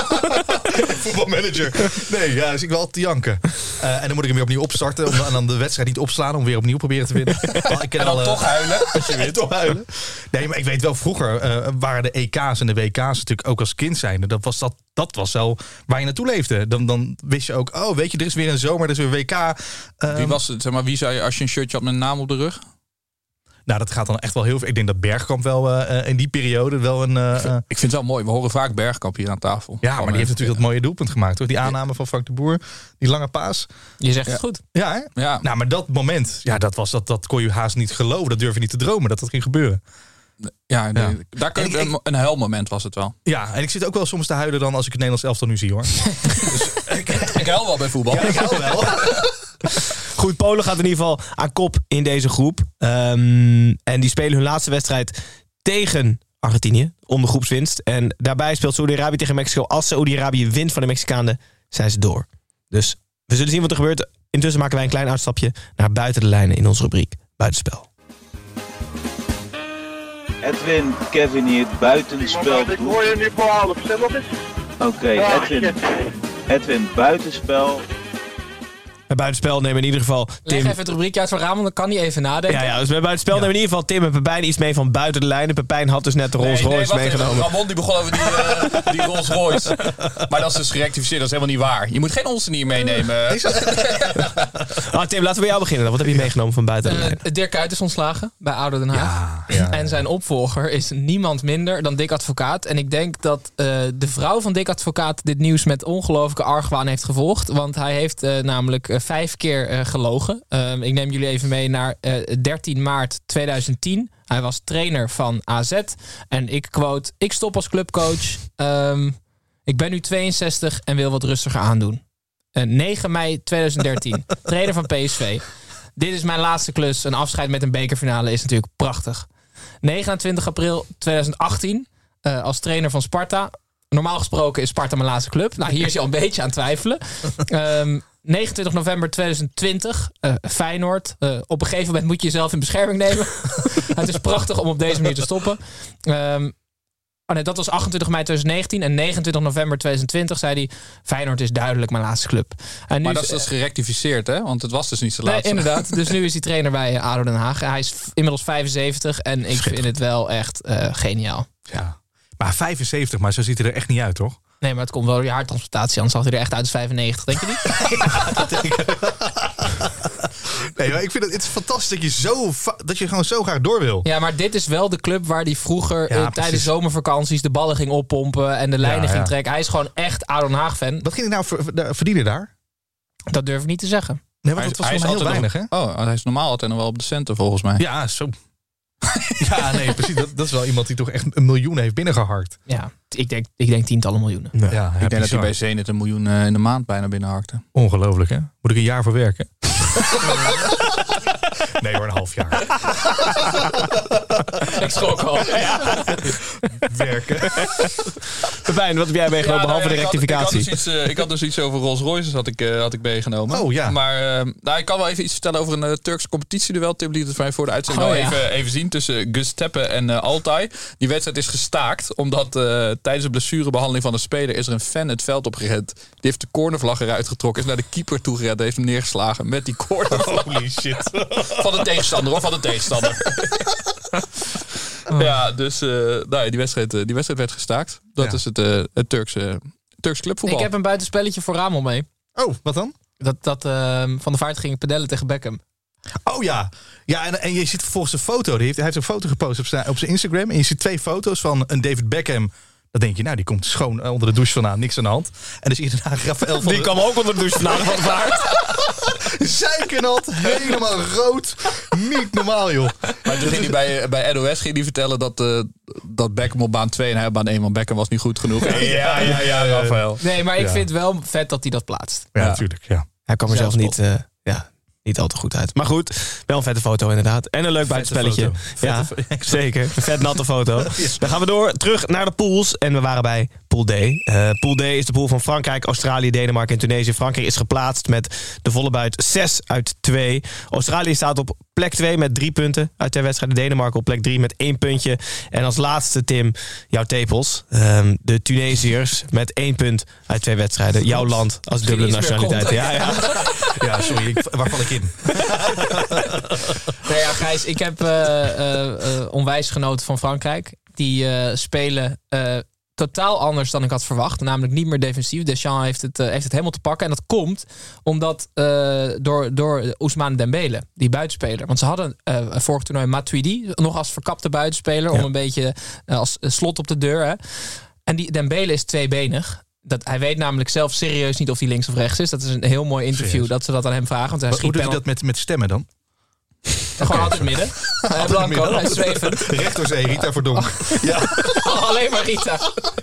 voetbalmanager. Nee, ja, dus ik wil altijd te janken. Uh, en dan moet ik hem weer opnieuw opstarten. Om, en dan de wedstrijd niet opslaan. Om weer opnieuw proberen te winnen. Al, ik ken En dan al, uh, toch huilen. Als je weer toch huilen. Nee, maar ik weet wel, vroeger uh, waren de E K's en de W K's natuurlijk ook als kind zijnde. Dat was, dat, dat was wel waar je naartoe leefde. Dan, dan wist je ook, oh, weet je, er is weer een zomer, er is weer een W K. Uh, Wie was het? Zeg maar, wie zou je als je een shirtje had met een naam op de rug? Nou, dat gaat dan echt wel heel veel. Ik denk dat Bergkamp wel uh, in die periode wel een... Uh, ik vind het wel mooi. We horen vaak Bergkamp hier aan tafel. Ja, maar die heeft natuurlijk dat mooie doelpunt gemaakt, hoor. Die aanname van Frank de Boer, die lange paas. Je zegt Ja. het goed. Ja, hè? Ja. Nou, maar dat moment, ja, dat, was, dat, dat kon je haast niet geloven. Dat durf je niet te dromen, dat dat ging gebeuren. Ja, nee, Ja. daar kun je, En ik- een, een huilmoment was het wel. Ja, en ik zit ook wel soms te huilen dan als ik het Nederlands elftal nu zie, hoor. Ik huil wel bij voetbal. Ja, ik hou wel. Goed, Polen gaat in ieder geval aan kop in deze groep. Um, en die spelen hun laatste wedstrijd tegen Argentinië om de groepswinst. En daarbij speelt Saudi-Arabië tegen Mexico. Als Saudi-Arabië wint van de Mexicanen, zijn ze door. Dus we zullen zien wat er gebeurt. Intussen maken wij een klein uitstapje naar buiten de lijnen in onze rubriek Buitenspel. Edwin, Kevin hier, buitenspel. Ik hoor je nu voor half. Zeg wat is? Oké, Edwin. Edwin, buitenspel. Bij Buitenspel nemen in ieder geval Leg Tim... even het rubriekje uit van Ramon, dan kan hij even nadenken. Ja, ja, dus bij Buitenspel nemen in ieder geval Tim en Pepijn iets mee van buiten de lijnen. Pepijn had dus net de Rolls Royce meegenomen. Ramon die begon over die, uh, die Rolls Royce. Maar dat is dus gerectificeerd, dat is helemaal niet waar. Je moet geen Olsenier meenemen. Ah, Tim, laten we bij jou beginnen. Wat heb je meegenomen van buiten de Uh, lijnen? Dirk Kuyt is ontslagen bij ADO Den Haag. Ja, ja, En zijn opvolger is niemand minder dan Dick Advocaat. En ik denk dat uh, de vrouw van Dick Advocaat dit nieuws met ongelooflijke argwaan heeft gevolgd. Want hij heeft uh, namelijk uh, vijf keer uh, gelogen. Uh, ik neem jullie even mee naar uh, dertien maart tweeduizend tien. Hij was trainer van A Z. En ik quote, ik stop als clubcoach. Um, ik ben nu tweeënzestig en wil wat rustiger aandoen. Uh, negen mei tweeduizend dertien. Trainer van P S V. Dit is mijn laatste klus. Een afscheid met een bekerfinale is natuurlijk prachtig. negenentwintig april tweeduizend achttien. Uh, als trainer van Sparta. Normaal gesproken is Sparta mijn laatste club. Nou, hier is hij al een beetje aan het twijfelen. Um, negenentwintig november tweeduizend twintig. Uh, Feyenoord. Uh, op een gegeven moment moet je jezelf in bescherming nemen. Het is prachtig om op deze manier te stoppen. Um, Oh nee, dat was achtentwintig mei tweeduizend negentien. En negenentwintig november tweeduizend twintig zei hij... Feyenoord is duidelijk mijn laatste club. En nu Maar dat is dus gerectificeerd, hè? Want het was dus niet zijn nee, laatste. inderdaad. Dus nu is hij trainer bij ADO Den Haag. Hij is inmiddels vijfenzeventig. En ik vind het wel echt uh, geniaal. Ja. Maar vijfenzeventig, maar zo ziet hij er echt niet uit, toch? Nee, maar het komt wel door je harttransplantatie. Anders zag hij er echt uit als vijfennegentig. Denk je niet? Ja, dat denk ik. Nee, maar ik vind het, het is fantastisch dat je, zo, dat je gewoon zo graag door wil. Ja, maar dit is wel de club waar hij vroeger ja, uh, tijdens zomervakanties de ballen ging oppompen en de lijnen ja, ging ja. trekken. Hij is gewoon echt ADO Den Haag fan. Wat ging hij nou ver, verdienen daar? Dat durf ik niet te zeggen. Nee, want Hij dat is- was hij nog is heel altijd weinig, nog- hè? Oh, hij is normaal altijd nog wel op de centen volgens mij. Ja, zo. Ja, nee, precies. Dat, dat is wel iemand die toch echt een miljoen heeft binnengeharkt. Ja, ik denk, ik denk tientallen miljoenen. Ja, Ja, ik denk dat hij bij Zenit een miljoen uh, in de maand bijna binnenharkte. Ongelooflijk, hè? Moet ik een jaar voor werken? Nee hoor, een half jaar. Ik schrok al. Ja. Werken. Pepijn, wat heb jij meegenomen Ja, nou behalve ja, de ik had- rectificatie? Ik had, dus iets, uh, ik had dus iets over Rolls Royces had ik, uh, had ik meegenomen. Oh ja. Maar uh, nou, ik kan wel even iets vertellen over een uh, Turkse competitieduel. Tim liet het voor mij voor de uitzending Oh, wel ja. even, even zien tussen Göztepe en uh, Altay. Die wedstrijd is gestaakt omdat uh, tijdens de blessurebehandeling van de speler is er een fan het veld opgerend. Die heeft de cornervlag eruit getrokken, is naar de keeper toegerend en heeft hem neergeslagen met die cornervlag. Holy shit. Van de tegenstander, hoor, van de tegenstander. Ja, dus uh, nou ja, die, wedstrijd, uh, die wedstrijd werd gestaakt. Dat Ja. is het, uh, het Turkse, Turks clubvoetbal. Ik heb een buitenspelletje voor Ramel mee. Oh, wat dan? Dat, dat uh, Van der Vaart ging pedellen tegen Beckham. Oh ja. Ja, en, en je ziet vervolgens een foto. Die heeft, hij heeft een foto gepost op zijn, op zijn Instagram. En je ziet twee foto's van een David Beckham. Dan denk je, nou, die komt schoon onder de douche vandaan. Niks aan de hand. En dan zie je daarna Rafael van Die der... kwam ook onder de douche vandaan van de Vaart. Zijkenat, helemaal rood. Niet normaal, joh. Maar toen ging hij bij, bij N O S ging hij vertellen dat, uh, dat Beckham op baan twee en hij op baan één, want Beckham was niet goed genoeg. Ja, ja, ja, Rafael. Nee, maar ik Ja. vind het wel vet dat hij dat plaatst. Ja, Ja. natuurlijk, ja. Hij kwam er zelf Zelfspot. niet, uh, ja, niet al te goed uit. Maar goed, wel een vette foto inderdaad. En een leuk buitenspelletje. foto. Ja, Vette fo- zeker. Een vet natte foto. Dan gaan we door, terug naar de pools. En we waren bij Pool D. Uh, Pool D is de pool van Frankrijk, Australië, Denemarken en Tunesië. Frankrijk is geplaatst met de volle buit zes uit twee. Australië staat op plek twee met drie punten uit twee wedstrijden. Denemarken op plek drie met één puntje. En als laatste, Tim, jouw tepels. Um, de Tunesiërs met één punt uit twee wedstrijden. Jouw land als dubbele iets meer nationaliteit. context. Ja, ja. Ja, sorry. Ik, waar val ik in? Nee, ja, Gijs, ik heb uh, uh, uh, onwijs genoten van Frankrijk. Die uh, spelen uh, totaal anders dan ik had verwacht. Namelijk niet meer defensief. Deschamps heeft het, uh, heeft het helemaal te pakken. En dat komt omdat uh, door, door Ousmane Dembele, die buitenspeler. Want ze hadden uh, vorig toernooi Matuidi nog als verkapte buitenspeler. Ja. Om een beetje uh, als slot op de deur. Hè. En die Dembele is tweebenig. Dat, hij weet namelijk zelf serieus niet of hij links of rechts is. Dat is een heel mooi interview Serieus? dat ze dat aan hem vragen. Want hij Hoe schiet doet hij penalty- dat met, met stemmen dan? Gewoon altijd midden. Uh, Blanco, hij is zwevend. Rechterzee, Rita Verdonk. Ja. Alleen maar Rita.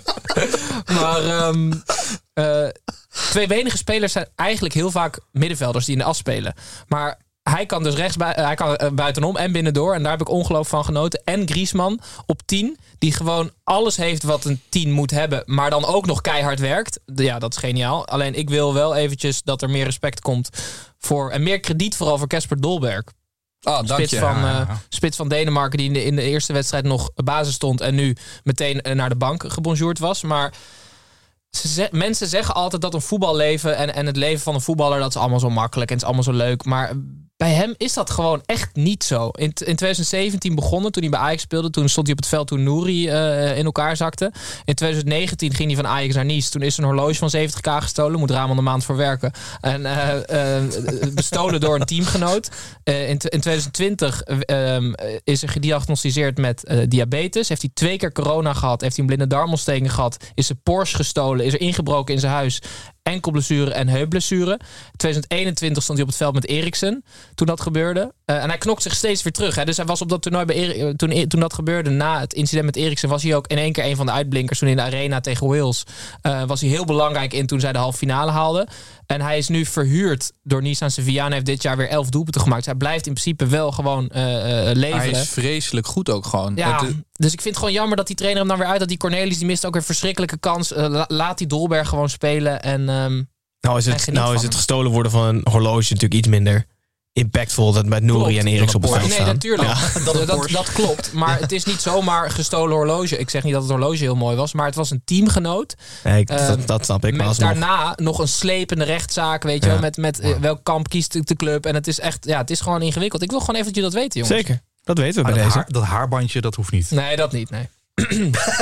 Maar um, uh, tweebenige spelers zijn eigenlijk heel vaak middenvelders die in de as spelen. Maar hij kan dus rechts bui- uh, hij kan, uh, buitenom en binnendoor. En daar heb ik ongeloof van genoten. En Griezmann op tien. Die gewoon alles heeft wat een tien moet hebben. Maar dan ook nog keihard werkt. Ja, dat is geniaal. Alleen ik wil wel eventjes dat er meer respect komt voor. En meer krediet vooral voor Casper Dolberg. Ah, dank Spits je. van, uh, Ja. spits van Denemarken die in de, in de eerste wedstrijd nog basis stond en nu meteen uh, naar de bank gebonjourd was. Maar ze ze, mensen zeggen altijd dat een voetballeven en, en het leven van een voetballer, dat is allemaal zo makkelijk en het is allemaal zo leuk. Maar bij hem is dat gewoon echt niet zo. In, in twintig zeventien begonnen, toen hij bij Ajax speelde. Toen stond hij op het veld toen Nouri uh, in elkaar zakte. In twintig negentien ging hij van Ajax naar Nice. Toen is er een horloge van zeventig k gestolen. Moet Ramon een maand voor werken. En uh, uh, bestolen door een teamgenoot. Uh, in, in twintig twintig uh, is er gediagnosticeerd met uh, diabetes. Heeft hij twee keer corona gehad. Heeft hij een blinde darmontsteking gehad. Is zijn Porsche gestolen. Is er ingebroken in zijn huis. Enkelblessure en heupblessure. twintig eenentwintig stond hij op het veld met Eriksen. Toen dat gebeurde. Uh, en hij knokt zich steeds weer terug. Hè. Dus hij was op dat toernooi bij Eri- toen, toen dat gebeurde, na het incident met Eriksen, was hij ook in één keer een van de uitblinkers. Toen in de arena tegen Wales uh, was hij heel belangrijk in toen zij de halve finale haalden. En hij is nu verhuurd door Nice aan Sevilla en heeft dit jaar weer elf doelpunten gemaakt. Dus hij blijft in principe wel gewoon uh, uh, leveren. Hij is vreselijk goed ook gewoon. Ja, Het- dus ik vind het gewoon jammer dat die trainer hem dan weer uit. Dat die Cornelis, die mist ook weer een verschrikkelijke kans. Uh, la- laat die Dolberg gewoon spelen. En um, Nou is en het, geniet nou is van het hem. gestolen worden van een horloge natuurlijk iets minder impactvol dan met Nouri Klopt. en Eriks op het veld Nee, staan. natuurlijk. Ja. Dat, dat, dat klopt. Maar het is niet zomaar gestolen horloge. Ik zeg niet dat het horloge heel mooi was. Maar het was een teamgenoot. Nee, ik- Uh, dat, dat snap ik. Maar Met alsnog. daarna nog een slepende rechtszaak. Weet je Ja. wel. Met, met uh, welk kamp kiest de, de club. En het is echt, ja, het is gewoon ingewikkeld. Ik wil gewoon even dat jullie dat weten, jongens. Zeker, dat weten we Maar bij dat, deze. haar, dat haarbandje, dat hoeft niet. Nee, dat niet, nee. nee, maar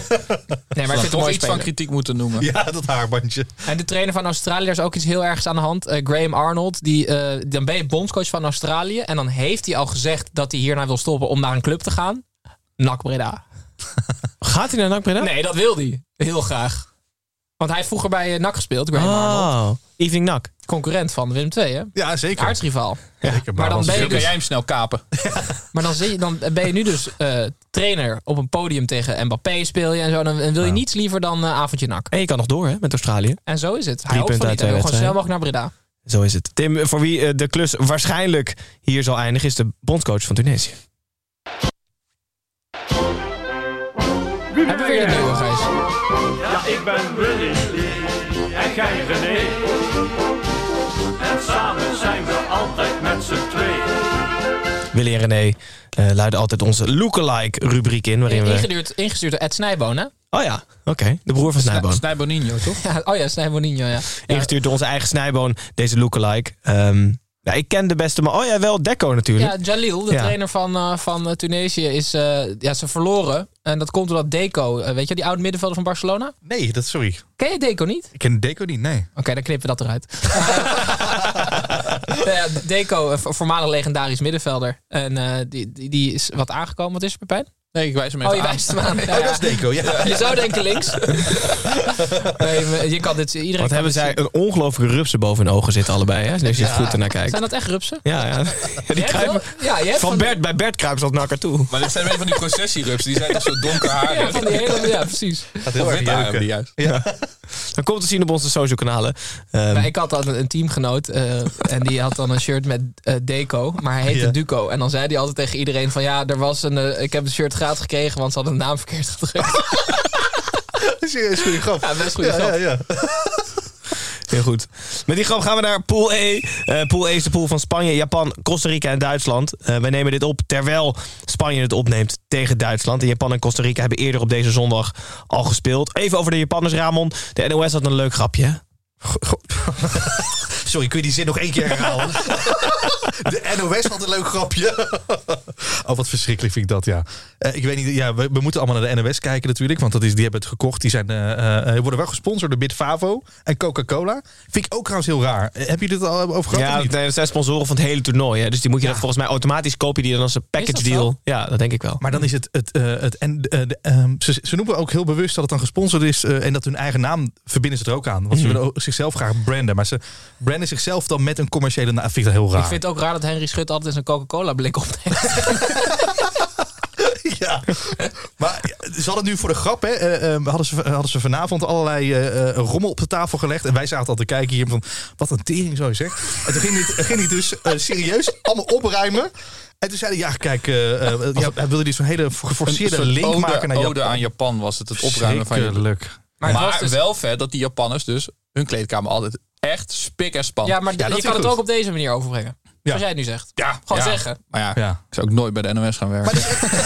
ik vind het een toch mooi iets van speler. kritiek moeten noemen. Ja, dat haarbandje. En de trainer van Australië, er is ook iets heel ergs aan de hand. Uh, Graham Arnold, die, uh, dan ben je bondscoach van Australië. En dan heeft hij al gezegd dat hij hierna wil stoppen om naar een club te gaan. N A C Breda. Gaat hij naar N A C Breda? Nee, dat wil hij. Heel graag. Want hij heeft vroeger bij uh, N A C gespeeld, Graham Arnold. Oh, Evening N A C. concurrent van Willem twee, hè? Ja, zeker. Aartsrivaal. Ja, zeker. Maar dan ben je kan dus, jij hem snel kapen. maar dan, zie je, dan ben je nu dus uh, trainer op een podium tegen Mbappé speel je en zo. Dan wil je ja. niets liever dan uh, avondje nak. En je kan nog door, hè, met Australië. En zo is het. Hij hoopt van niet. Hij wil gewoon snel mogelijk naar Breda. Zo is het. Tim, voor wie uh, de klus waarschijnlijk hier zal eindigen, is de bondscoach van Tunesië. Hebben we weer de nieuwe, Gijs? Ja, ik ben Willy en jij René. En samen zijn we altijd met z'n twee. Willy en René uh, luiden altijd onze lookalike rubriek in. Waarin ingestuurd, we... ingestuurd door Ed Snijboon, hè? Oh ja, oké. Okay. De broer van Snijboon. Snijboninho, toch? Ja, oh ja, Snijboninho, ja. Ingestuurd door onze eigen Snijboon, deze lookalike. Um, ja, ik ken de beste, maar oh ja, wel Deco natuurlijk. Ja, Jalil, de ja. trainer van, uh, van uh, Tunesië, is uh, ja, ze verloren. En dat komt doordat Deco, uh, weet je die oude middenvelder van Barcelona? Nee, dat sorry. Ken je Deco niet? Ik ken Deco niet, nee. Oké, okay, dan knippen we dat eruit. uh, Deco, uh, voormalig legendarisch middenvelder. En uh, die, die, die is wat aangekomen. Wat is er, Pepijn? Nee, ik wijs hem even oh, je aan. wijst hem aan. Ja, ja. Oh, dat is Deco, ja. Je zou denken links. Nee, je kan dit, iedereen Wat kan hebben dit zij zien. een ongelofelijke rupsen boven hun ogen zitten allebei, hè? Als je ja. goed ernaar kijkt. Zijn dat echt rupsen? Ja, ja. ja die kruipen, ja je hebt van, van Bert, bij Bert kruipen ze dat naar elkaar toe. Maar dit zijn weer van die processierupsen. Die zijn toch zo donker haar. Ja, van die hele, ja, precies. Gaat heel erg jeuken. Die juist. Ja. Dan komt te zien op onze social kanalen. Um, maar ik had dan een teamgenoot uh, en die had dan een shirt met uh, Deco, maar hij heette ja. Duco. En dan zei hij altijd tegen iedereen van ja, er was een, uh, ik heb een shirt gratis gekregen, want ze hadden de naam verkeerd gedrukt. Dat is een goede grap. Ja, best goede ja, grap. Ja, ja. Heel goed. Met die grap gaan we naar Pool E. Uh, pool E is de pool van Spanje, Japan, Costa Rica en Duitsland. Uh, wij nemen dit op terwijl Spanje het opneemt tegen Duitsland. En Japan en Costa Rica hebben eerder op deze zondag al gespeeld. Even over de Japanners, Ramon. De N O S had een leuk grapje. Sorry, kun je die zin nog één keer herhalen? De N O S had een leuk grapje. Oh, wat verschrikkelijk vind ik dat, ja. Uh, ik weet niet, ja, we, we moeten allemaal naar de N O S kijken natuurlijk. Want dat is, die hebben het gekocht. Die zijn, uh, uh, worden wel gesponsord door Bitfavo en Coca-Cola. Vind ik ook trouwens heel raar. Uh, heb je dit al over gehad? Ja, nee, dat zijn sponsoren van het hele toernooi. Hè? Dus die moet je ja. dan volgens mij automatisch kopen. Die dan als een package deal. Zo? Ja, dat denk ik wel. Maar dan is het... het, uh, het en, uh, de, um, ze, ze noemen ook heel bewust dat het dan gesponsord is. Uh, en dat hun eigen naam verbinden ze er ook aan. Want mm-hmm. ze willen zichzelf graag branden. Maar ze branden zichzelf dan met een commerciële naam. Vind ik dat heel raar. Ik vind het ook raar dat Henry Schut altijd zijn Coca-Cola blik opneemt. Ja, maar ze hadden nu voor de grap, hè, uh, hadden, ze, hadden ze vanavond allerlei uh, rommel op de tafel gelegd. En wij zaten al te kijken hier van, wat een tering zo zeg. En toen ging hij ging dus uh, serieus allemaal opruimen. En toen zei hij, ja, kijk, uh, uh, ja, hij wilde die zo'n hele geforceerde een link ode, maken naar Japan. Ode aan Japan was het, het opruimen van Japan. Maar, maar dus... wel vet dat die Japanners dus hun kleedkamer altijd echt spik en span. Ja, maar ja, je kan het goed. ook op deze manier overbrengen. Ja. Zoals jij het nu zegt. Ja, gewoon ja. zeggen. Maar ja, ja, ik zou ook nooit bij de N O S gaan werken.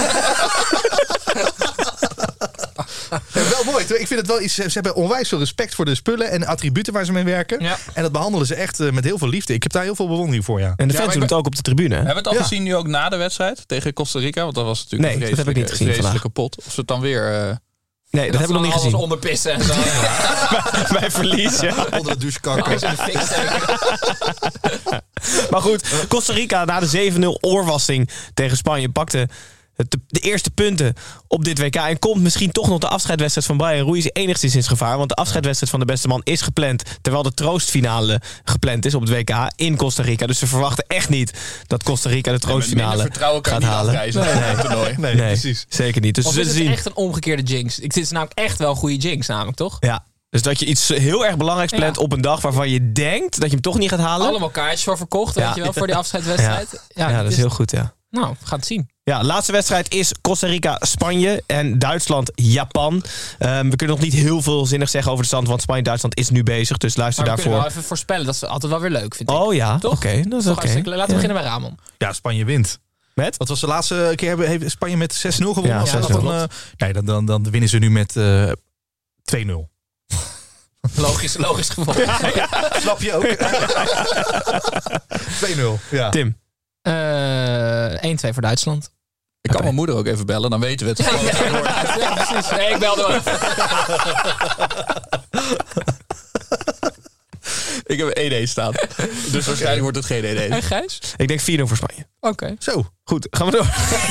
Ja, wel mooi. Ik vind het wel iets. Ze hebben onwijs veel respect voor de spullen en attributen waar ze mee werken. Ja. En dat behandelen ze echt uh, met heel veel liefde. Ik heb daar heel veel bewondering voor. Ja. En de fans ja, doen het ook op de tribune. Hebben we het al ja. gezien nu ook na de wedstrijd tegen Costa Rica? Want dat was natuurlijk nee, een dat heb ik niet gezien vandaag. Kapot. Of ze het dan weer. Uh, Nee, dat, dat hebben we nog niet gezien. Onderpissen en zo. bij, bij verlies, ja. Onder de douchekakker. Maar goed, Costa Rica na de zeven nul oorwassing tegen Spanje pakte de, de eerste punten op dit W K. En komt misschien toch nog de afscheidwedstrijd van Brian Ruiz enigszins in gevaar. Want de afscheidwedstrijd van de beste man is gepland. Terwijl de troostfinale gepland is op het W K in Costa Rica. Dus ze verwachten echt niet dat Costa Rica de troostfinale vertrouwen kan gaat niet halen. Afreizen. Nee, nee, toernooi. nee, nee, precies. Zeker niet. Dus of we is het zien... echt een omgekeerde jinx? Dit is namelijk echt wel een goede jinx namelijk, toch? Ja. Dus dat je iets heel erg belangrijks plant ja. op een dag waarvan je denkt dat je hem toch niet gaat halen. Allemaal kaartjes voor verkocht, ja. weet je wel, voor die afscheidswedstrijd. Ja, ja, ja dat is, is heel goed, ja. Nou, we gaan het zien. Ja, laatste wedstrijd is Costa Rica, Spanje en Duitsland, Japan. Um, we kunnen nog niet heel veel zinnig zeggen over de stand, want Spanje-Duitsland is nu bezig. Dus luister maar we daarvoor. We kunnen wel even voorspellen, dat is altijd wel weer leuk, vind ik. Oh ja, oké. Okay, dat is oké. Okay. Laten we ja. beginnen bij Ramon. Ja, Spanje wint. Met? Wat was de laatste keer? Heeft Spanje met zes nul gewonnen? Ja, ja, dan, uh, nee, dan, dan, dan winnen ze nu met uh, twee nul. Logisch, logisch gevolg. Ja, ja. Snap je ook? twee nul. Ja. Tim? Uh, één twee voor Duitsland. Ik kan okay. mijn moeder ook even bellen, dan weten we het. Ja, ja, ja, ja, precies. Nee, ik belde wel even. Ik heb één één staan. Dus waarschijnlijk wordt het geen één één. En Gijs? Ik denk vier nul voor Spanje. Oké. Okay. Zo. Goed, gaan we door.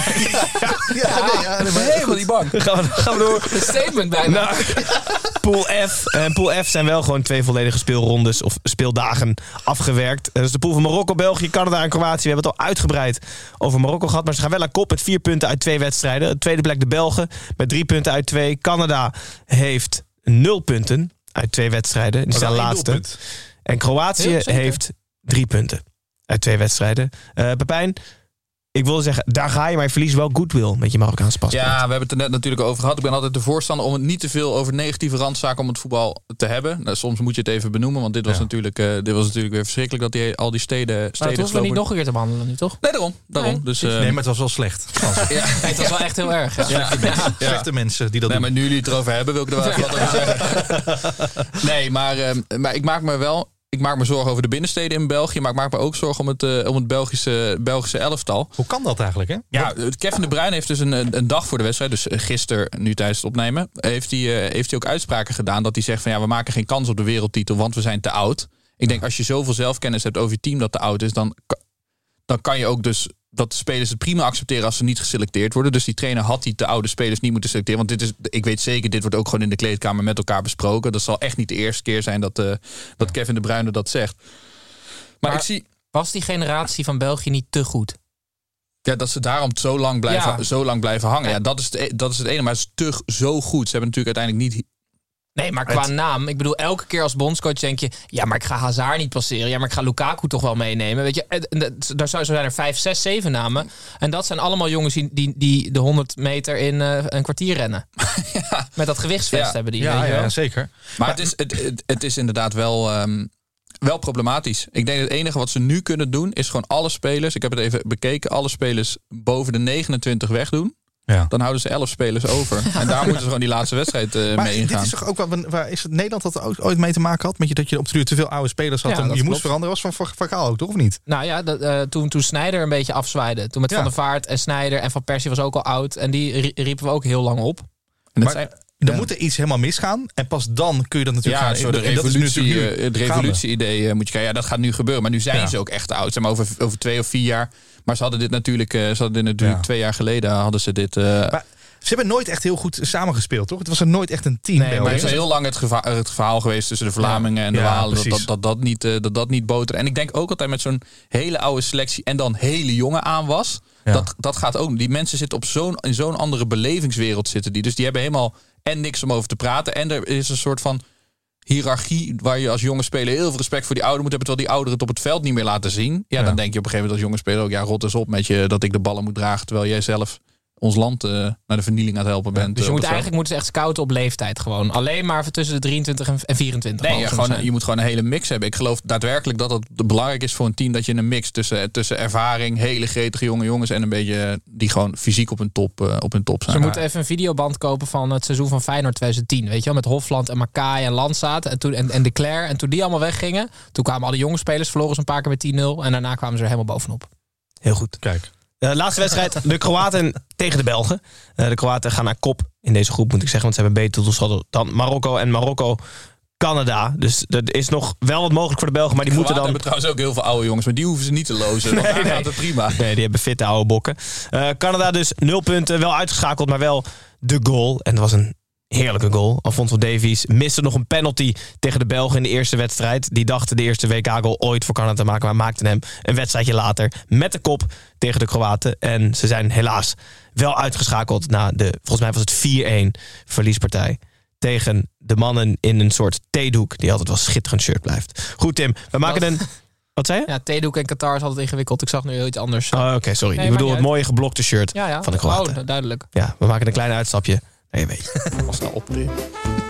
ja, ja, nee, ja, nee, maar helemaal die bank. Gaan we, gaan we door. Een statement bijna. Nou, Pool F. En Pool F zijn wel gewoon twee volledige speelrondes of speeldagen afgewerkt. Dat is de pool van Marokko, België, Canada en Kroatië. We hebben het al uitgebreid over Marokko gehad. Maar ze gaan wel aan kop met vier punten uit twee wedstrijden. De tweede plek de Belgen met drie punten uit twee. Canada heeft nul punten uit twee wedstrijden. Die staan laatste. En Kroatië heeft drie punten uit twee wedstrijden. Uh, Pepijn, ik wilde zeggen, daar ga je, maar je verliest wel goodwill met je Marokkaanse paspoort. Ja, we hebben het er net natuurlijk over gehad. Ik ben altijd de voorstander om het niet te veel over negatieve randzaken om het voetbal te hebben. Nou, soms moet je het even benoemen, want dit was, ja. natuurlijk, uh, dit was natuurlijk weer verschrikkelijk dat die, al die steden... Maar steden dat hoeven we niet nog een keer te behandelen nu, toch? Nee, daarom. daarom. Nee. Dus, uh, nee, maar het was wel slecht. ja. Nee, het was wel echt heel erg. Ja. Slechte, ja. mensen, ja. slechte mensen die dat nee, doen. Maar nu jullie het erover hebben, wil ik er wel even ja. wat over zeggen. Nee, maar, uh, maar ik maak me wel... Ik maak me zorgen over de binnensteden in België, maar ik maak me ook zorgen om het, uh, om het Belgische, Belgische elftal. Hoe kan dat eigenlijk, hè? Ja, Kevin De Bruyne heeft dus een, een dag voor de wedstrijd, dus gisteren, nu tijdens het opnemen, heeft hij, uh, heeft hij ook uitspraken gedaan dat hij zegt van ja, we maken geen kans op de wereldtitel, want we zijn te oud. Ik denk, als je zoveel zelfkennis hebt over je team dat te oud is, dan, dan kan je ook dus dat de spelers het prima accepteren als ze niet geselecteerd worden. Dus die trainer had die te oude spelers niet moeten selecteren. Want dit is, ik weet zeker, dit wordt ook gewoon in de kleedkamer met elkaar besproken. Dat zal echt niet de eerste keer zijn dat, uh, dat Kevin De Bruyne dat zegt. Maar, maar ik zie... was die generatie van België niet te goed? Ja, dat ze daarom zo lang blijven, ja. zo lang blijven hangen. Ja, dat is, het, dat is het ene. Maar het is te zo goed. Ze hebben natuurlijk uiteindelijk niet... Nee, maar qua het... naam. Ik bedoel, elke keer als bondscoach denk je... ja, maar ik ga Hazard niet passeren. Ja, maar ik ga Lukaku toch wel meenemen. Weet je, daar zijn er vijf, zes, zeven namen. En dat zijn allemaal jongens die, die, die de honderd meter in uh, een kwartier rennen. ja. Met dat gewichtsvest ja. hebben die. Ja, weet je ja zeker. Maar het is, het, het, het is inderdaad wel... Um, Wel problematisch. Ik denk dat het enige wat ze nu kunnen doen... is gewoon alle spelers... Ik heb het even bekeken. Alle spelers boven de negenentwintig wegdoen. Ja. Dan houden ze elf spelers over. En daar moeten ze gewoon die laatste wedstrijd uh, mee ingaan. Dit is toch ook wel, waar is het Nederland dat er ooit mee te maken had? Met je dat je op de duur te veel oude spelers had. Ja, en je klopt. Moest veranderen. Was van Van Gaal ook, toch? Of niet? Nou ja, dat, uh, toen, toen Sneijder een beetje afzwaaide. Toen met ja. Van der Vaart en Sneijder en Van Persie was ook al oud. En die riepen we ook heel lang op. En maar, zijn, dan ja. moet er iets helemaal misgaan. En pas dan kun je dat natuurlijk ja, gaan. Zo de revolutie, uh, het revolutie-idee uh, moet je kijken. Ja, dat gaat nu gebeuren. Maar nu zijn ja. ze ook echt oud. Zeg maar over, over twee of vier jaar. Maar ze hadden dit natuurlijk, uh, ze hadden dit natuurlijk ja. twee jaar geleden hadden ze dit... Uh, maar, ze hebben nooit echt heel goed samengespeeld, toch? Het was er nooit echt een team. Nee, maar het is heel lang het, geva- het verhaal geweest tussen de Vlamingen ja. en de ja, Walen. Dat dat, dat, dat, niet, uh, dat dat niet boterde. En ik denk ook altijd met zo'n hele oude selectie en dan hele jonge aan was. Ja. Dat, dat gaat ook. Die mensen zitten op zo'n, in zo'n andere belevingswereld zitten die. Dus die hebben helemaal en niks om over te praten. En er is een soort van hiërarchie waar je als jonge speler heel veel respect voor die ouder moet hebben, terwijl die ouderen het op het veld niet meer laten zien. Ja, ja. Dan denk je op een gegeven moment als jonge speler ook, ja, rot eens op met je dat ik de ballen moet dragen, terwijl jij zelf ons land uh, naar de vernieling aan het helpen bent. Dus je moet eigenlijk moeten ze echt scouten op leeftijd gewoon. Alleen maar tussen de drieëntwintig en vierentwintig. Nee, je, gewoon, je moet gewoon een hele mix hebben. Ik geloof daadwerkelijk dat het belangrijk is voor een team dat je een mix tussen, tussen ervaring, hele gretige jonge jongens en een beetje die gewoon fysiek op hun top, uh, op hun top zijn. Ze moeten even een videoband kopen van het seizoen van Feyenoord twintig tien. Weet je wel, met Hofland en Makai en Landsaat en, toen, en, en De Cler. En toen die allemaal weggingen, toen kwamen al die jonge spelers, verloren ze een paar keer met tien nul. En daarna kwamen ze er helemaal bovenop. Heel goed. Kijk. Uh, laatste wedstrijd, de Kroaten tegen de Belgen. Uh, de Kroaten gaan naar kop in deze groep, moet ik zeggen. Want ze hebben een beter doelsaldo dan Marokko. En Marokko, Canada. Dus er is nog wel wat mogelijk voor de Belgen. Maar die de moeten dan... hebben trouwens ook heel veel oude jongens. Maar die hoeven ze niet te lozen. Want nee, daar nee. gaat het prima. Nee, die hebben fitte oude bokken. Uh, Canada dus nul punten. Wel uitgeschakeld, maar wel de goal. En dat was een heerlijke goal. Alfonso Davies miste nog een penalty tegen de Belgen in de eerste wedstrijd. Die dachten de eerste W K-goal ooit voor Canada te maken, maar maakten hem een wedstrijdje later met de kop tegen de Kroaten. En ze zijn helaas wel uitgeschakeld na de, volgens mij was het vier-een verliespartij tegen de mannen in een soort theedoek die altijd wel schitterend shirt blijft. Goed, Tim, we maken een... Wat zei je? Ja, theedoek en Qatar is altijd ingewikkeld. Ik zag nu heel iets anders. Oh, oké, okay, sorry. Nee, ik bedoel het mooie geblokte shirt ja, ja. van de Kroaten. Oh, duidelijk. Ja, we maken een klein uitstapje. Nee, weet je. Was nou op nee,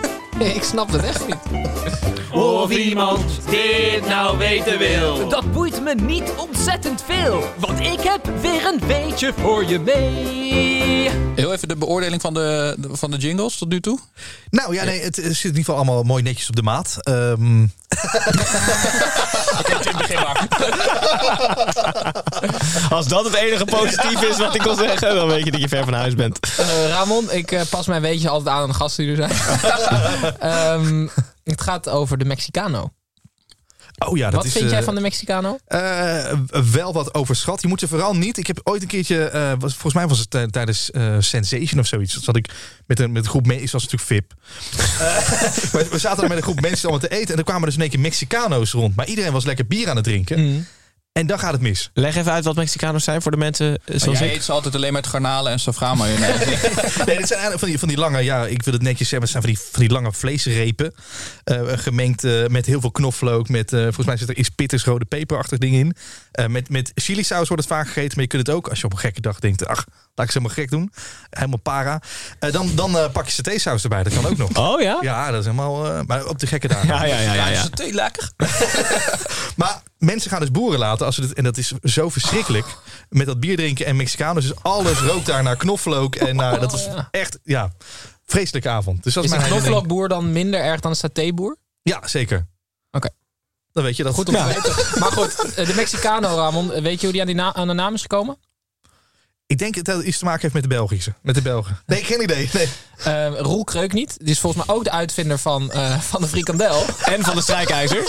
ik snap het echt niet. Of iemand dit nou weten wil. Dat boeit me niet ontzettend veel. Want ik heb weer een beetje voor je mee. Heel even de beoordeling van de, van de jingles tot nu toe. Nou ja, nee, het zit in ieder geval allemaal mooi netjes op de maat. Um... Oké, Tim, begin maar. Als dat het enige positief is wat ik wil zeggen, dan weet je dat je ver van huis bent. Uh, Ramon, ik uh, pas mijn weetjes altijd aan aan de gasten die er zijn. um, het gaat over de Mexicano. Oh ja, dat Wat is, vind uh, jij van de Mexicano? Uh, wel wat overschat. Je moet ze vooral niet. Ik heb ooit een keertje, uh, was, volgens mij was het uh, tijdens uh, Sensation of zoiets. Dat zat ik met een, met een groep mensen. Ik was natuurlijk V I P. Uh, we, we zaten er met een groep mensen allemaal te eten. En er kwamen dus in één keer Mexicano's rond. Maar iedereen was lekker bier aan het drinken. Mm. En dan gaat het mis. Leg even uit wat Mexicano's zijn voor de mensen zoals jij ik. eet ze altijd alleen met garnalen en safraan mayonaise. Nee, dit zijn eigenlijk van die, van die lange, ja, ik wil het netjes zeggen, het zijn van die, van die lange vleesrepen. Uh, gemengd uh, met heel veel knoflook. Met, uh, volgens mij zit er iets pitters, rode peperachtig ding in. Uh, met, met chilisaus wordt het vaak gegeten. Maar je kunt het ook, als je op een gekke dag denkt, ach, laat ik ze helemaal gek doen. Helemaal para. Uh, dan dan uh, pak je satésaus erbij, dat kan ook nog. Oh ja? Ja, dat is helemaal, uh, maar op de gekke dagen. Ja, ja, ja. ja, ja. Saté lekker. Maar mensen gaan dus boeren laten, als het, en dat is zo verschrikkelijk, met dat bier drinken en Mexicanos. Dus alles rookt daar naar knoflook. En naar, dat was echt, ja, vreselijke avond. Dus dat is is een mijn knoflookboer dan minder erg dan een satéboer? Ja, zeker. Oké. Okay. Dan weet je dat. Goed om te weten. Maar goed, de Mexicano, Ramon, weet je hoe die aan, die na- aan de naam is gekomen? Ik denk dat het iets te maken heeft met de Belgische. Met de Belgen. Nee, geen idee. Nee. Uh, Roel Kreukniet. Die is volgens mij ook de uitvinder van, uh, van de frikandel. En van de strijkijzer.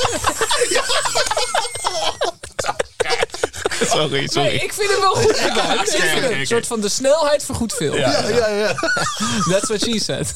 Sorry, sorry. Nee, ik vind hem wel goed gedaan. Ja, ik vind het. Een soort van de snelheid vergoedt veel. Ja, ja, ja. ja. That's what she said.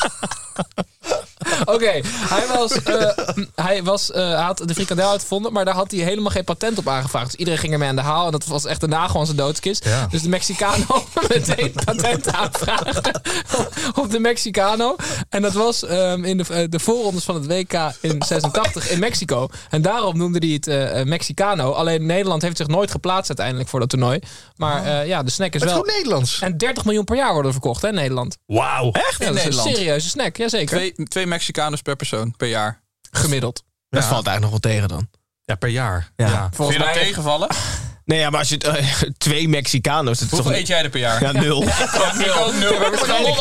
Oké, okay, hij, was, uh, hij was, uh, had de frikandel uitgevonden, maar daar had hij helemaal geen patent op aangevraagd. Dus iedereen ging ermee aan de haal en dat was echt de nagel aan zijn doodskist. Ja. Dus de Mexicano meteen patent aanvragen op de Mexicano. En dat was um, in de, uh, de voorrondes van het W K in zesentachtig in Mexico. En daarom noemde hij het uh, Mexicano. Alleen Nederland heeft zich nooit geplaatst uiteindelijk voor dat toernooi. Maar uh, ja, de snack is het wel... Het is goed Nederlands. En dertig miljoen per jaar worden verkocht, hè, in Nederland. Wauw. Echt? Ja, dat is een serieuze snack, jazeker. Twee, twee Mexicanos per persoon, per jaar. Gemiddeld. Dat ja. valt eigenlijk nog wel tegen dan. Ja, per jaar. Ja. Ja. Vind je dat tegenvallen? Nee, ja, maar als je uh, twee Mexicano's... Hoeveel toch... eet jij er per jaar? Ja, nul. Ja, ik ook nul. Ja, waarschijnlijk...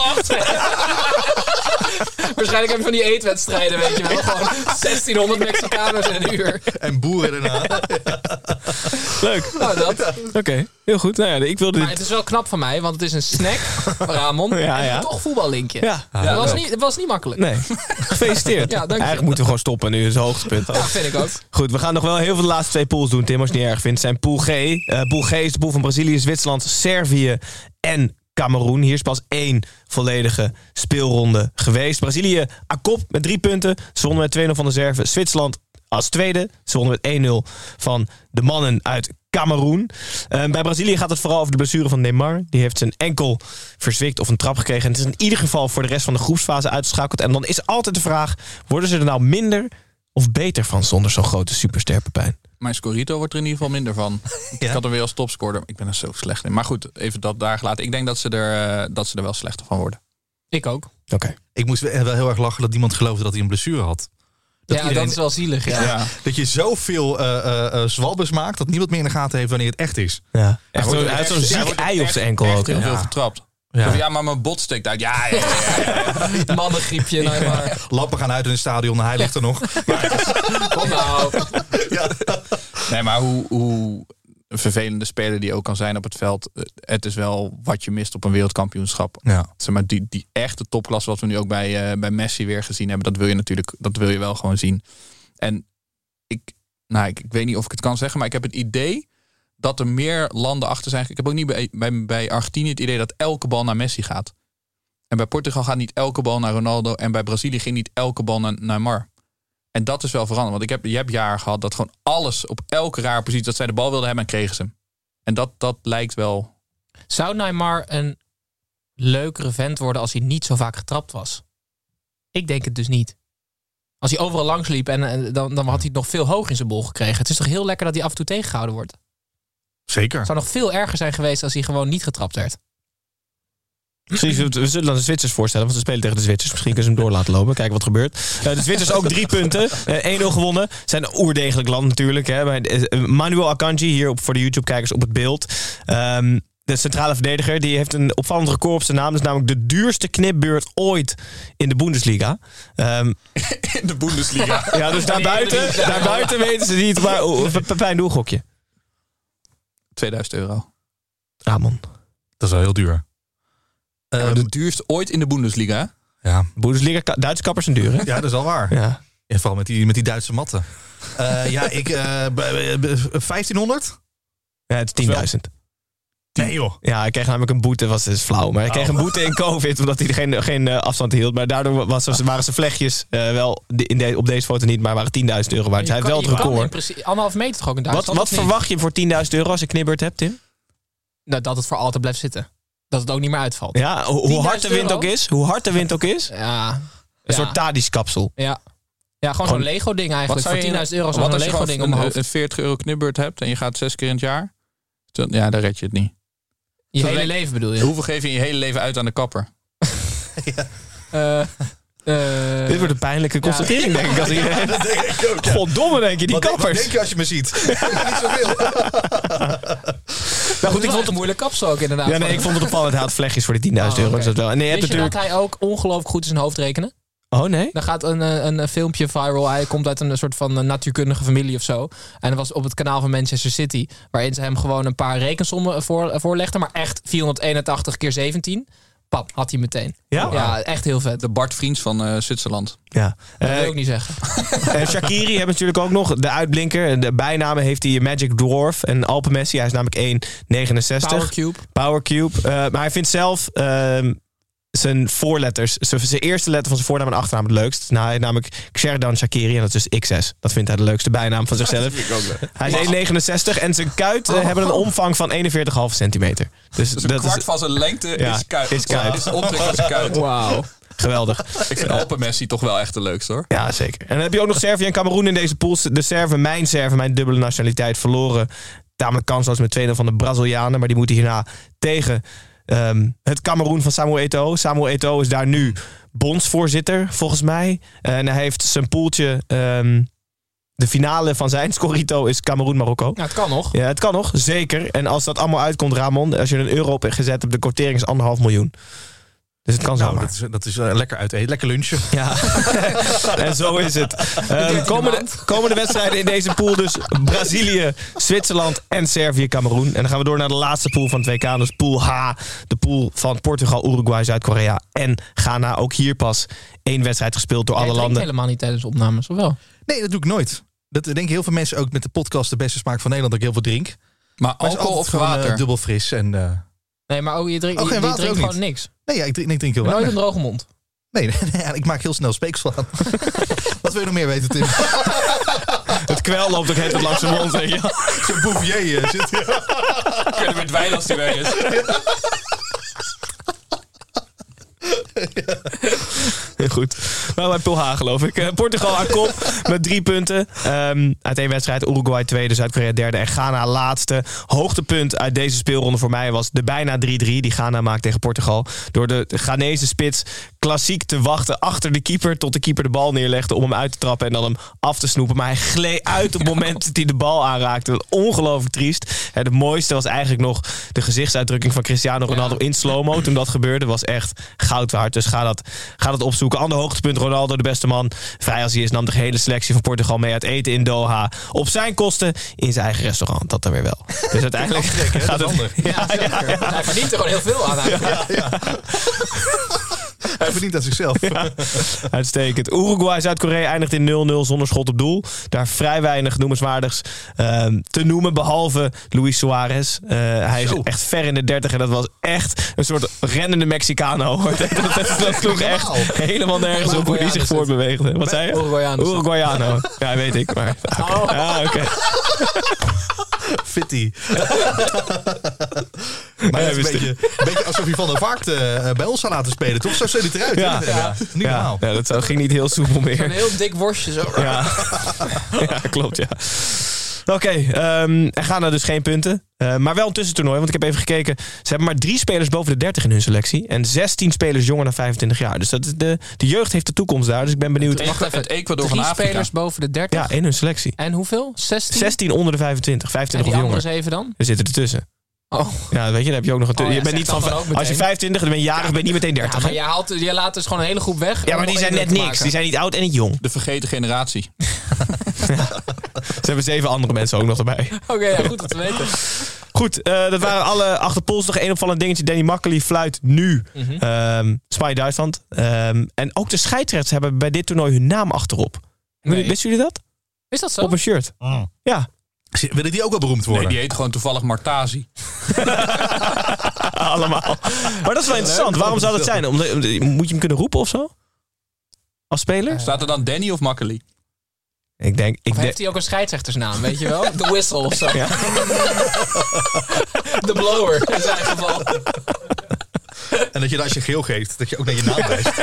waarschijnlijk heb je van die eetwedstrijden, weet je wel. Gewoon zestienhonderd Mexicano's in een uur. En boeren daarna. Leuk. Nou, dat. Oké, okay, heel goed. Nou ja, ik wilde maar dit... het is wel knap van mij, want het is een snack, Ramon. Ja, ja. En toch voetballinkje. Ja. Ja, dat was niet, het was niet makkelijk. Nee. Gefeliciteerd. Ja, dank je. Eigenlijk moeten we gewoon stoppen nu, is het hoogtepunt. Ja, vind ik ook. Goed, we gaan nog wel heel veel de laatste twee pools doen, Tim, als je het niet erg vindt. Zijn pool G. Uh, pool G is de pool van Brazilië, Zwitserland, Servië en Cameroen. Hier is pas één volledige speelronde geweest. Brazilië aan kop met drie punten. Ze wonnen met twee nul van de Serven. Zwitserland als tweede. Ze wonnen met één nul van de mannen uit Cameroen. Uh, bij Brazilië gaat het vooral over de blessure van Neymar. Die heeft zijn enkel verzwikt of een trap gekregen. En het is in ieder geval voor de rest van de groepsfase uitgeschakeld. En dan is altijd de vraag, worden ze er nou minder of beter van zonder zo'n grote superster Pepijn? Mijn Scorito wordt er in ieder geval minder van. Ja? Ik had hem weer als topscorer. Ik ben er zo slecht in. Maar goed, even dat daar gelaten. Ik denk dat ze er, uh, dat ze er wel slechter van worden. Ik ook. Oké. Okay. Ik moest wel heel erg lachen dat niemand geloofde dat hij een blessure had. Dat ja, iedereen, dat is wel zielig. Ja. Ja. Dat je zoveel uh, uh, uh, zwalbes maakt dat niemand meer in de gaten heeft wanneer het echt is. Ja. Echt hij, hij heeft zo'n ziek ei op zijn enkel ook. Heel ja. veel getrapt. Ja. Of ja, maar mijn bot steekt uit. Ja, ja, ja, ja. Mannengriepje. Nou maar. Lappen gaan uit in het stadion en hij ligt er nog. Kom nou. Ja. Nee, maar hoe, hoe vervelende speler die ook kan zijn op het veld. Het is wel wat je mist op een wereldkampioenschap. Ja. Zeg maar, die, die echte topklasse wat we nu ook bij, uh, bij Messi weer gezien hebben. Dat wil je natuurlijk, dat wil je wel gewoon zien. En ik, nou, ik, ik weet niet of ik het kan zeggen, maar ik heb het idee dat er meer landen achter zijn. Ik heb ook niet bij, bij, bij Argentinië het idee dat elke bal naar Messi gaat. En bij Portugal gaat niet elke bal naar Ronaldo. En bij Brazilië ging niet elke bal naar Neymar. En dat is wel veranderd. Want ik heb, je hebt jaren gehad dat gewoon alles op elke rare positie dat zij de bal wilden hebben en kregen ze hem. En dat, dat lijkt wel. Zou Neymar een leukere vent worden als hij niet zo vaak getrapt was? Ik denk het dus niet. Als hij overal langs liep en, en dan, dan had hij het nog veel hoger in zijn bol gekregen. Het is toch heel lekker dat hij af en toe tegengehouden wordt? Zeker. Het zou nog veel erger zijn geweest als hij gewoon niet getrapt werd. Misschien, we zullen dan de Zwitsers voorstellen, want ze spelen tegen de Zwitsers. Misschien kunnen ze hem door laten lopen, kijken wat gebeurt. Uh, de Zwitsers ook drie punten, uh, één nul gewonnen. Zijn een oerdegelijk land natuurlijk. Hè. Bij, uh, Manuel Akanji, hier op, voor de YouTube-kijkers op het beeld. Um, de centrale verdediger, die heeft een opvallend record op zijn naam. Dat is namelijk de duurste knipbeurt ooit in de Bundesliga. Um, in de Bundesliga? Ja, dus daarbuiten, daarbuiten weten ze niet. Maar oh, Pepijn, doe een gokje. tweeduizend euro. Ah man. Dat is wel heel duur. Ja, de duurste ooit in de Bundesliga. Ja. Bundesliga, Duitse kappers zijn duur, hè? Ja, dat is al waar. Ja. Ja, vooral met die, met die Duitse matten. Uh, ja, ik... Uh, vijftienhonderd? Ja, het is tienduizend. Nee joh. Ja, ik kreeg namelijk een boete, was dus flauw. Maar ik kreeg een boete in COVID, omdat hij geen, geen uh, afstand hield. Maar daardoor was, waren zijn vlechtjes uh, wel in de, op deze foto niet, maar waren tienduizend euro waard. Dus hij heeft wel het record. Precies, anderhalf meter toch ook in Duitsland? Wat, wat verwacht je voor tienduizend euro als je knibbert hebt, Tim? Nou, dat het voor altijd blijft zitten. Dat het ook niet meer uitvalt. Ja, ho- hoe hard de wind ook is. Hoe hard de wind ook is. Ja. Een ja. soort Tadic-kapsel. Ja. Ja, gewoon, gewoon zo'n Lego-ding eigenlijk. Voor tienduizend euro zo'n Lego-ding om een, een veertig euro knibbeurt hebt en je gaat zes keer in het jaar. Dan, ja, dan red je het niet. Je Zo hele le- leven bedoel je? Hoeveel geef je in je hele leven uit aan de kapper? ja. uh, uh, Dit wordt een pijnlijke constatering, ja. denk ik. Als iedereen... dat denk ik ook. Ja. Goddomme, denk je, die wat kappers. Wat denk je als je me ziet? Niet zoveel. Nou goed, ik vond het een moeilijk kapsel ook inderdaad. Ja, nee, ik vond het opvallend. Hij had vlechtjes voor de tienduizend oh, euro. Okay. Is dat wel. En nee, je Wist hebt je natuurlijk... dat hij ook ongelooflijk goed in zijn hoofd rekenen? Oh nee? Dan gaat een, een, een filmpje viral. Hij komt uit een soort van natuurkundige familie of zo. En dat was op het kanaal van Manchester City. Waarin ze hem gewoon een paar rekensommen voor, voorlegden. Maar echt vierhonderdeenentachtig keer zeventien. Pap, had hij meteen. Ja? Ja, echt heel vet. De Bart Vriends van uh, Zwitserland. Ja. Dat uh, wil ik niet zeggen. En Shaqiri hebben natuurlijk ook nog de uitblinker. De bijnamen heeft hij Magic Dwarf en Alpemessi. Hij is namelijk één negenenzestig. Powercube. Powercube. Uh, maar hij vindt zelf... Uh, zijn voorletters, zijn eerste letter van zijn voornaam en achternaam het leukst. Nou, hij heeft namelijk Xherdan Shaqiri en dat is dus X S. Dat vindt hij de leukste bijnaam van zichzelf. Hij is één negenenzestig en zijn kuiten oh. hebben een omvang van eenenveertig komma vijf centimeter. Dus, dus een dat kwart is, van zijn lengte ja, is kuit. Is kuit. Is de omtrek van zijn kuit. Wauw. Geweldig. Ik vind Alpemessi toch wel echt de leukste hoor. Ja, zeker. En dan heb je ook nog Servië en Kameroen in deze pools. De Serven, mijn Serven, mijn dubbele nationaliteit, verloren. Tamelijk kansloos met twee nul van de Brazilianen. Maar die moeten hierna tegen... Um, het Kameroen van Samuel Eto'o. Samuel Eto'o is daar nu bondsvoorzitter, volgens mij. En hij heeft zijn poeltje... Um, de finale van zijn Scorito is Kameroen-Marokko. Ja, het kan nog. Ja, het kan nog, zeker. En als dat allemaal uitkomt, Ramon... als je een euro op hebt gezet, hebt de quotering is anderhalf miljoen. Dus het kan nou, zomaar. Dat is, dat is uh, lekker uit eten. Lekker lunchen. Ja, en zo is het. Um, komende, komende wedstrijden in deze pool dus Brazilië, Zwitserland en Servië, Kameroen. En dan gaan we door naar de laatste pool van het W K. Dus pool H. De pool van Portugal, Uruguay, Zuid-Korea en Ghana. Ook hier pas één wedstrijd gespeeld door Jij alle landen. helemaal niet tijdens opnames, of wel? Nee, dat doe ik nooit. Dat denken heel veel mensen ook met de podcast De Beste Smaak van Nederland dat ik heel veel drink. Maar, maar alcohol of water? Uh, dubbel fris en... Uh... Nee, maar ook, je drinkt, oh, je, je water drinkt ook gewoon niet. niks. Nee, ja, ik drink, ik drink heel weinig. Nooit weinig. een droge mond. Nee, nee, nee, ik maak heel snel speeksel aan. Wat wil je nog meer weten, Tim? Het kwel loopt ook heel langs zijn mond, weet je. Zo'n Bouvier zit hier. Kunnen met wijn als die weg is. Ja. Heel goed. Nou, bij pool H geloof ik. Uh, Portugal aan kop met drie punten. Um, uit één wedstrijd. Uruguay tweede, Zuid-Korea derde en Ghana laatste. Hoogtepunt uit deze speelronde voor mij was de bijna drie drie die Ghana maakt tegen Portugal. Door de Ghanese spits klassiek te wachten achter de keeper tot de keeper de bal neerlegde om hem uit te trappen en dan hem af te snoepen. Maar hij gleed uit op het moment dat hij de bal aanraakte. Ongelooflijk triest. Het mooiste was eigenlijk nog de gezichtsuitdrukking van Cristiano Ronaldo in slow-mo. Toen dat gebeurde was echt goud waard. Dus ga dat, ga dat opzoeken. Ander hoogtepunt, Ronaldo, de beste man. Vrij als hij is, nam de hele selectie van Portugal mee uit eten in Doha. Op zijn kosten in zijn eigen restaurant. Dat dan weer wel. Dus uiteindelijk gaat het... Ja, ja, ja, ja. Hij verdient er gewoon heel veel aan. Ja, ja, ja. Hij verdient aan zichzelf. Ja, uitstekend. Uruguay, Zuid-Korea eindigt in nul nul zonder schot op doel. Daar vrij weinig noemenswaardigs uh, te noemen. Behalve Luis Suarez. Uh, hij is Zo. echt ver in de dertig. En dat was echt een soort rennende Mexicano. dat, dat, dat sloeg echt helemaal nergens op hoe hij zich voortbeweegde. Wat zei je? Uruguayano. Uruguayano. Ja, weet ik. Maar okay. oh. Ja, oké. Okay. Fitty. Maar ja, het is een beetje, een beetje alsof je Van der Vaart uh, bij ons zou laten spelen. Toch? Zo ziet het eruit. Ja, ja. ja. Niet ja. normaal. Ja, dat zou, ging niet heel soepel meer. Een heel dik worstje zo. Ja, ja klopt, ja. Oké, okay, um, er gaan er dus geen punten. Uh, maar wel een tussentoernooi, want ik heb even gekeken. Ze hebben maar drie spelers boven de dertig in hun selectie. En zestien spelers jonger dan vijfentwintig jaar. Dus dat is de, de jeugd heeft de toekomst daar. Dus ik ben benieuwd. Wacht even, het Ecuador van Afrika. Drie spelers boven de dertig? Ja, in hun selectie. En hoeveel? zestien? zestien onder de vijfentwintig. vijfentwintig en die of jonger. andere zeven dan? Er zitten ertussen. Oh. Ja, weet je, dan heb je ook nog een... Oh, ja, je bent niet van, als je vijfentwintig, dan ben je jarig, ja, ben je niet meteen dertig. Ja, maar je, haalt, je laat dus gewoon een hele groep weg. Ja, maar die zijn net niks. Maken. Die zijn niet oud en niet jong. De vergeten generatie. Ja. Ze hebben zeven andere mensen ook nog erbij. Oké, okay, ja, goed om te weten. Goed, uh, dat waren alle achter pols. Nog één opvallend dingetje. Danny Makkely fluit nu mm-hmm. um, Spanje-Duitsland. Um, en ook de scheidsrechters hebben bij dit toernooi hun naam achterop. Nee. Wisten jullie dat? Is dat zo? Op een shirt. Mm. Ja. Willen die ook wel beroemd worden? Nee, die heet gewoon toevallig Martazi. Allemaal. Maar dat is wel interessant. Waarom zou dat zijn? Omdat, moet je hem kunnen roepen of zo? Als speler? Staat er dan Danny of Makkely? Ik denk... Ik Of de- heeft hij ook een scheidsrechtersnaam, weet je wel? De whistle of zo. Ja. De blower, in zijn geval. En dat je dan als je geel geeft, dat je ook naar je naam wijst.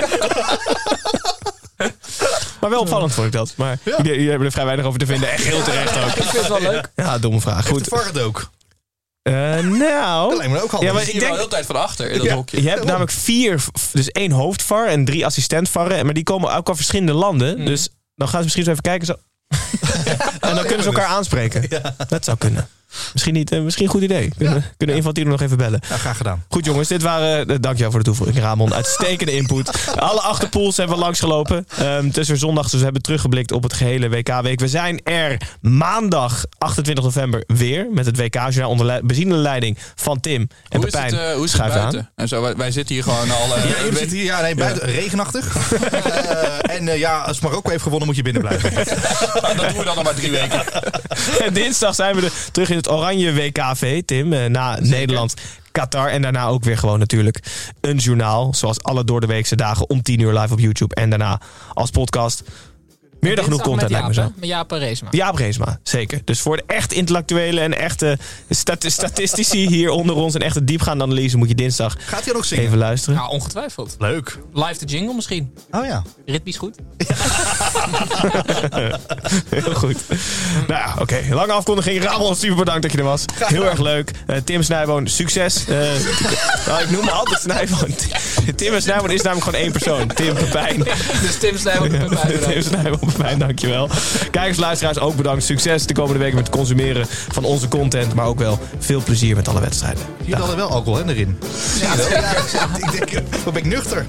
Maar wel opvallend vond ik dat. Maar Ja. jullie, jullie hebben er vrij weinig over te vinden. Echt heel terecht ook. Ik vind het wel leuk. Ja, domme vraag. Heeft Goed. de V A R het ook? Eh, nou... Dat lijkt me ook handig. Ja, maar Ik ik denk denk... de hele tijd van achter in dat Ja. hokje. Je hebt namelijk vier, dus één hoofdvar en drie assistent-varren. Maar die komen ook uit verschillende landen. Mm. Dus dan gaan ze misschien eens even kijken. Zo. En dan kunnen ze elkaar aanspreken. Dat zou kunnen. Misschien niet, uh, misschien een goed idee. Kunnen, ja. kunnen Infantino nog even bellen. Ja, graag gedaan. Goed jongens, dit waren... Uh, dankjewel voor de toevoeging, Ramon. Uitstekende input. Alle achterpools hebben we langsgelopen. Um, het is weer zondag, dus we hebben teruggeblikt op het gehele W K-week. We zijn er maandag achtentwintig november weer. Met het W K-journaal onder le- beziende leiding van Tim en Hoe is Pepijn. het, uh, hoe is het buiten? Aan. En zo, wij, wij zitten hier gewoon al... Uh, Ja, jullie zitten hier, ja, nee, buiten, ja. regenachtig. uh, en uh, ja, als Marokko heeft gewonnen, moet je binnen blijven. Dat doen we dan nog maar drie weken. En dinsdag zijn we er terug in het oranje W K V, Tim. Uh, na Zeker. Nederland, Qatar. En daarna ook weer gewoon natuurlijk een journaal. Zoals alle doordeweekse dagen om tien uur live op YouTube. En daarna als podcast. Meer dan genoeg content, lijkt me zo. Met Jaap Reesma. Jaap Reesma, zeker. Dus voor de echt intellectuelen en echte stat- statistici hier onder ons... en echte diepgaande analyse moet je dinsdag Gaat hij ook zingen? even luisteren. Ja, ongetwijfeld. Leuk. Live de jingle misschien. Oh ja. Ritme is goed. Heel goed. Nou ja, oké. Okay. Lange afkondiging. Ramon, super bedankt dat je er was. Heel erg leuk. Uh, Tim Snijboon, succes. Uh, nou, ik noem me altijd Snijboon. Tim en Snijboon is namelijk gewoon één persoon. Tim Pepijn. Dus Tim Snijboon en Pepijn. Tim Snijboon. Fijn, dankjewel. Kijkers, luisteraars, ook bedankt. Succes de komende weken met het consumeren van onze content. Maar ook wel veel plezier met alle wedstrijden. Je hadden wel alcohol hè, erin. Ja, ja, ja, ik denk, wat ben ik nuchter.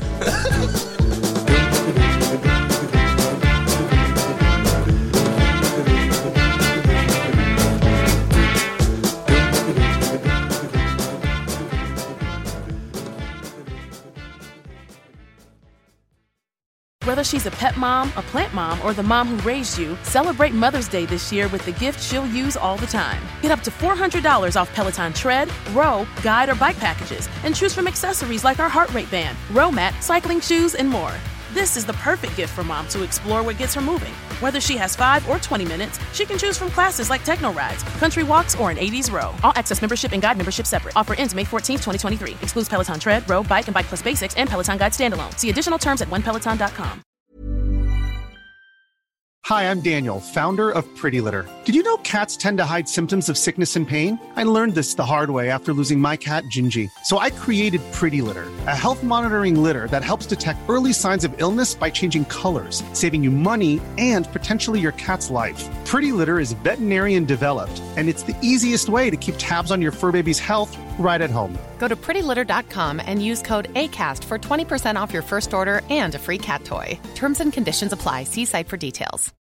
Whether she's a pet mom, a plant mom, or the mom who raised you, celebrate Mother's Day this year with the gift she'll use all the time. Get up to four hundred dollars off Peloton tread, row, guide, or bike packages, and choose from accessories like our heart rate band, row mat, cycling shoes, and more. This is the perfect gift for mom to explore what gets her moving. Whether she has five or twenty minutes, she can choose from classes like techno rides, country walks, or an eighties row. All access membership and guide membership separate. Offer ends May fourteenth, twenty twenty-three. Excludes Peloton tread, row, bike, and bike plus basics and Peloton guide standalone. See additional terms at one peloton dot com. Hi, I'm Daniel, founder of Pretty Litter. Did you know cats tend to hide symptoms of sickness and pain? I learned this the hard way after losing my cat, Gingy. So I created Pretty Litter, a health monitoring litter that helps detect early signs of illness by changing colors, saving you money and potentially your cat's life. Pretty Litter is veterinarian developed, and it's the easiest way to keep tabs on your fur baby's health right at home. Go to pretty litter dot com and use code ACAST for twenty percent off your first order and a free cat toy. Terms and conditions apply. See site for details.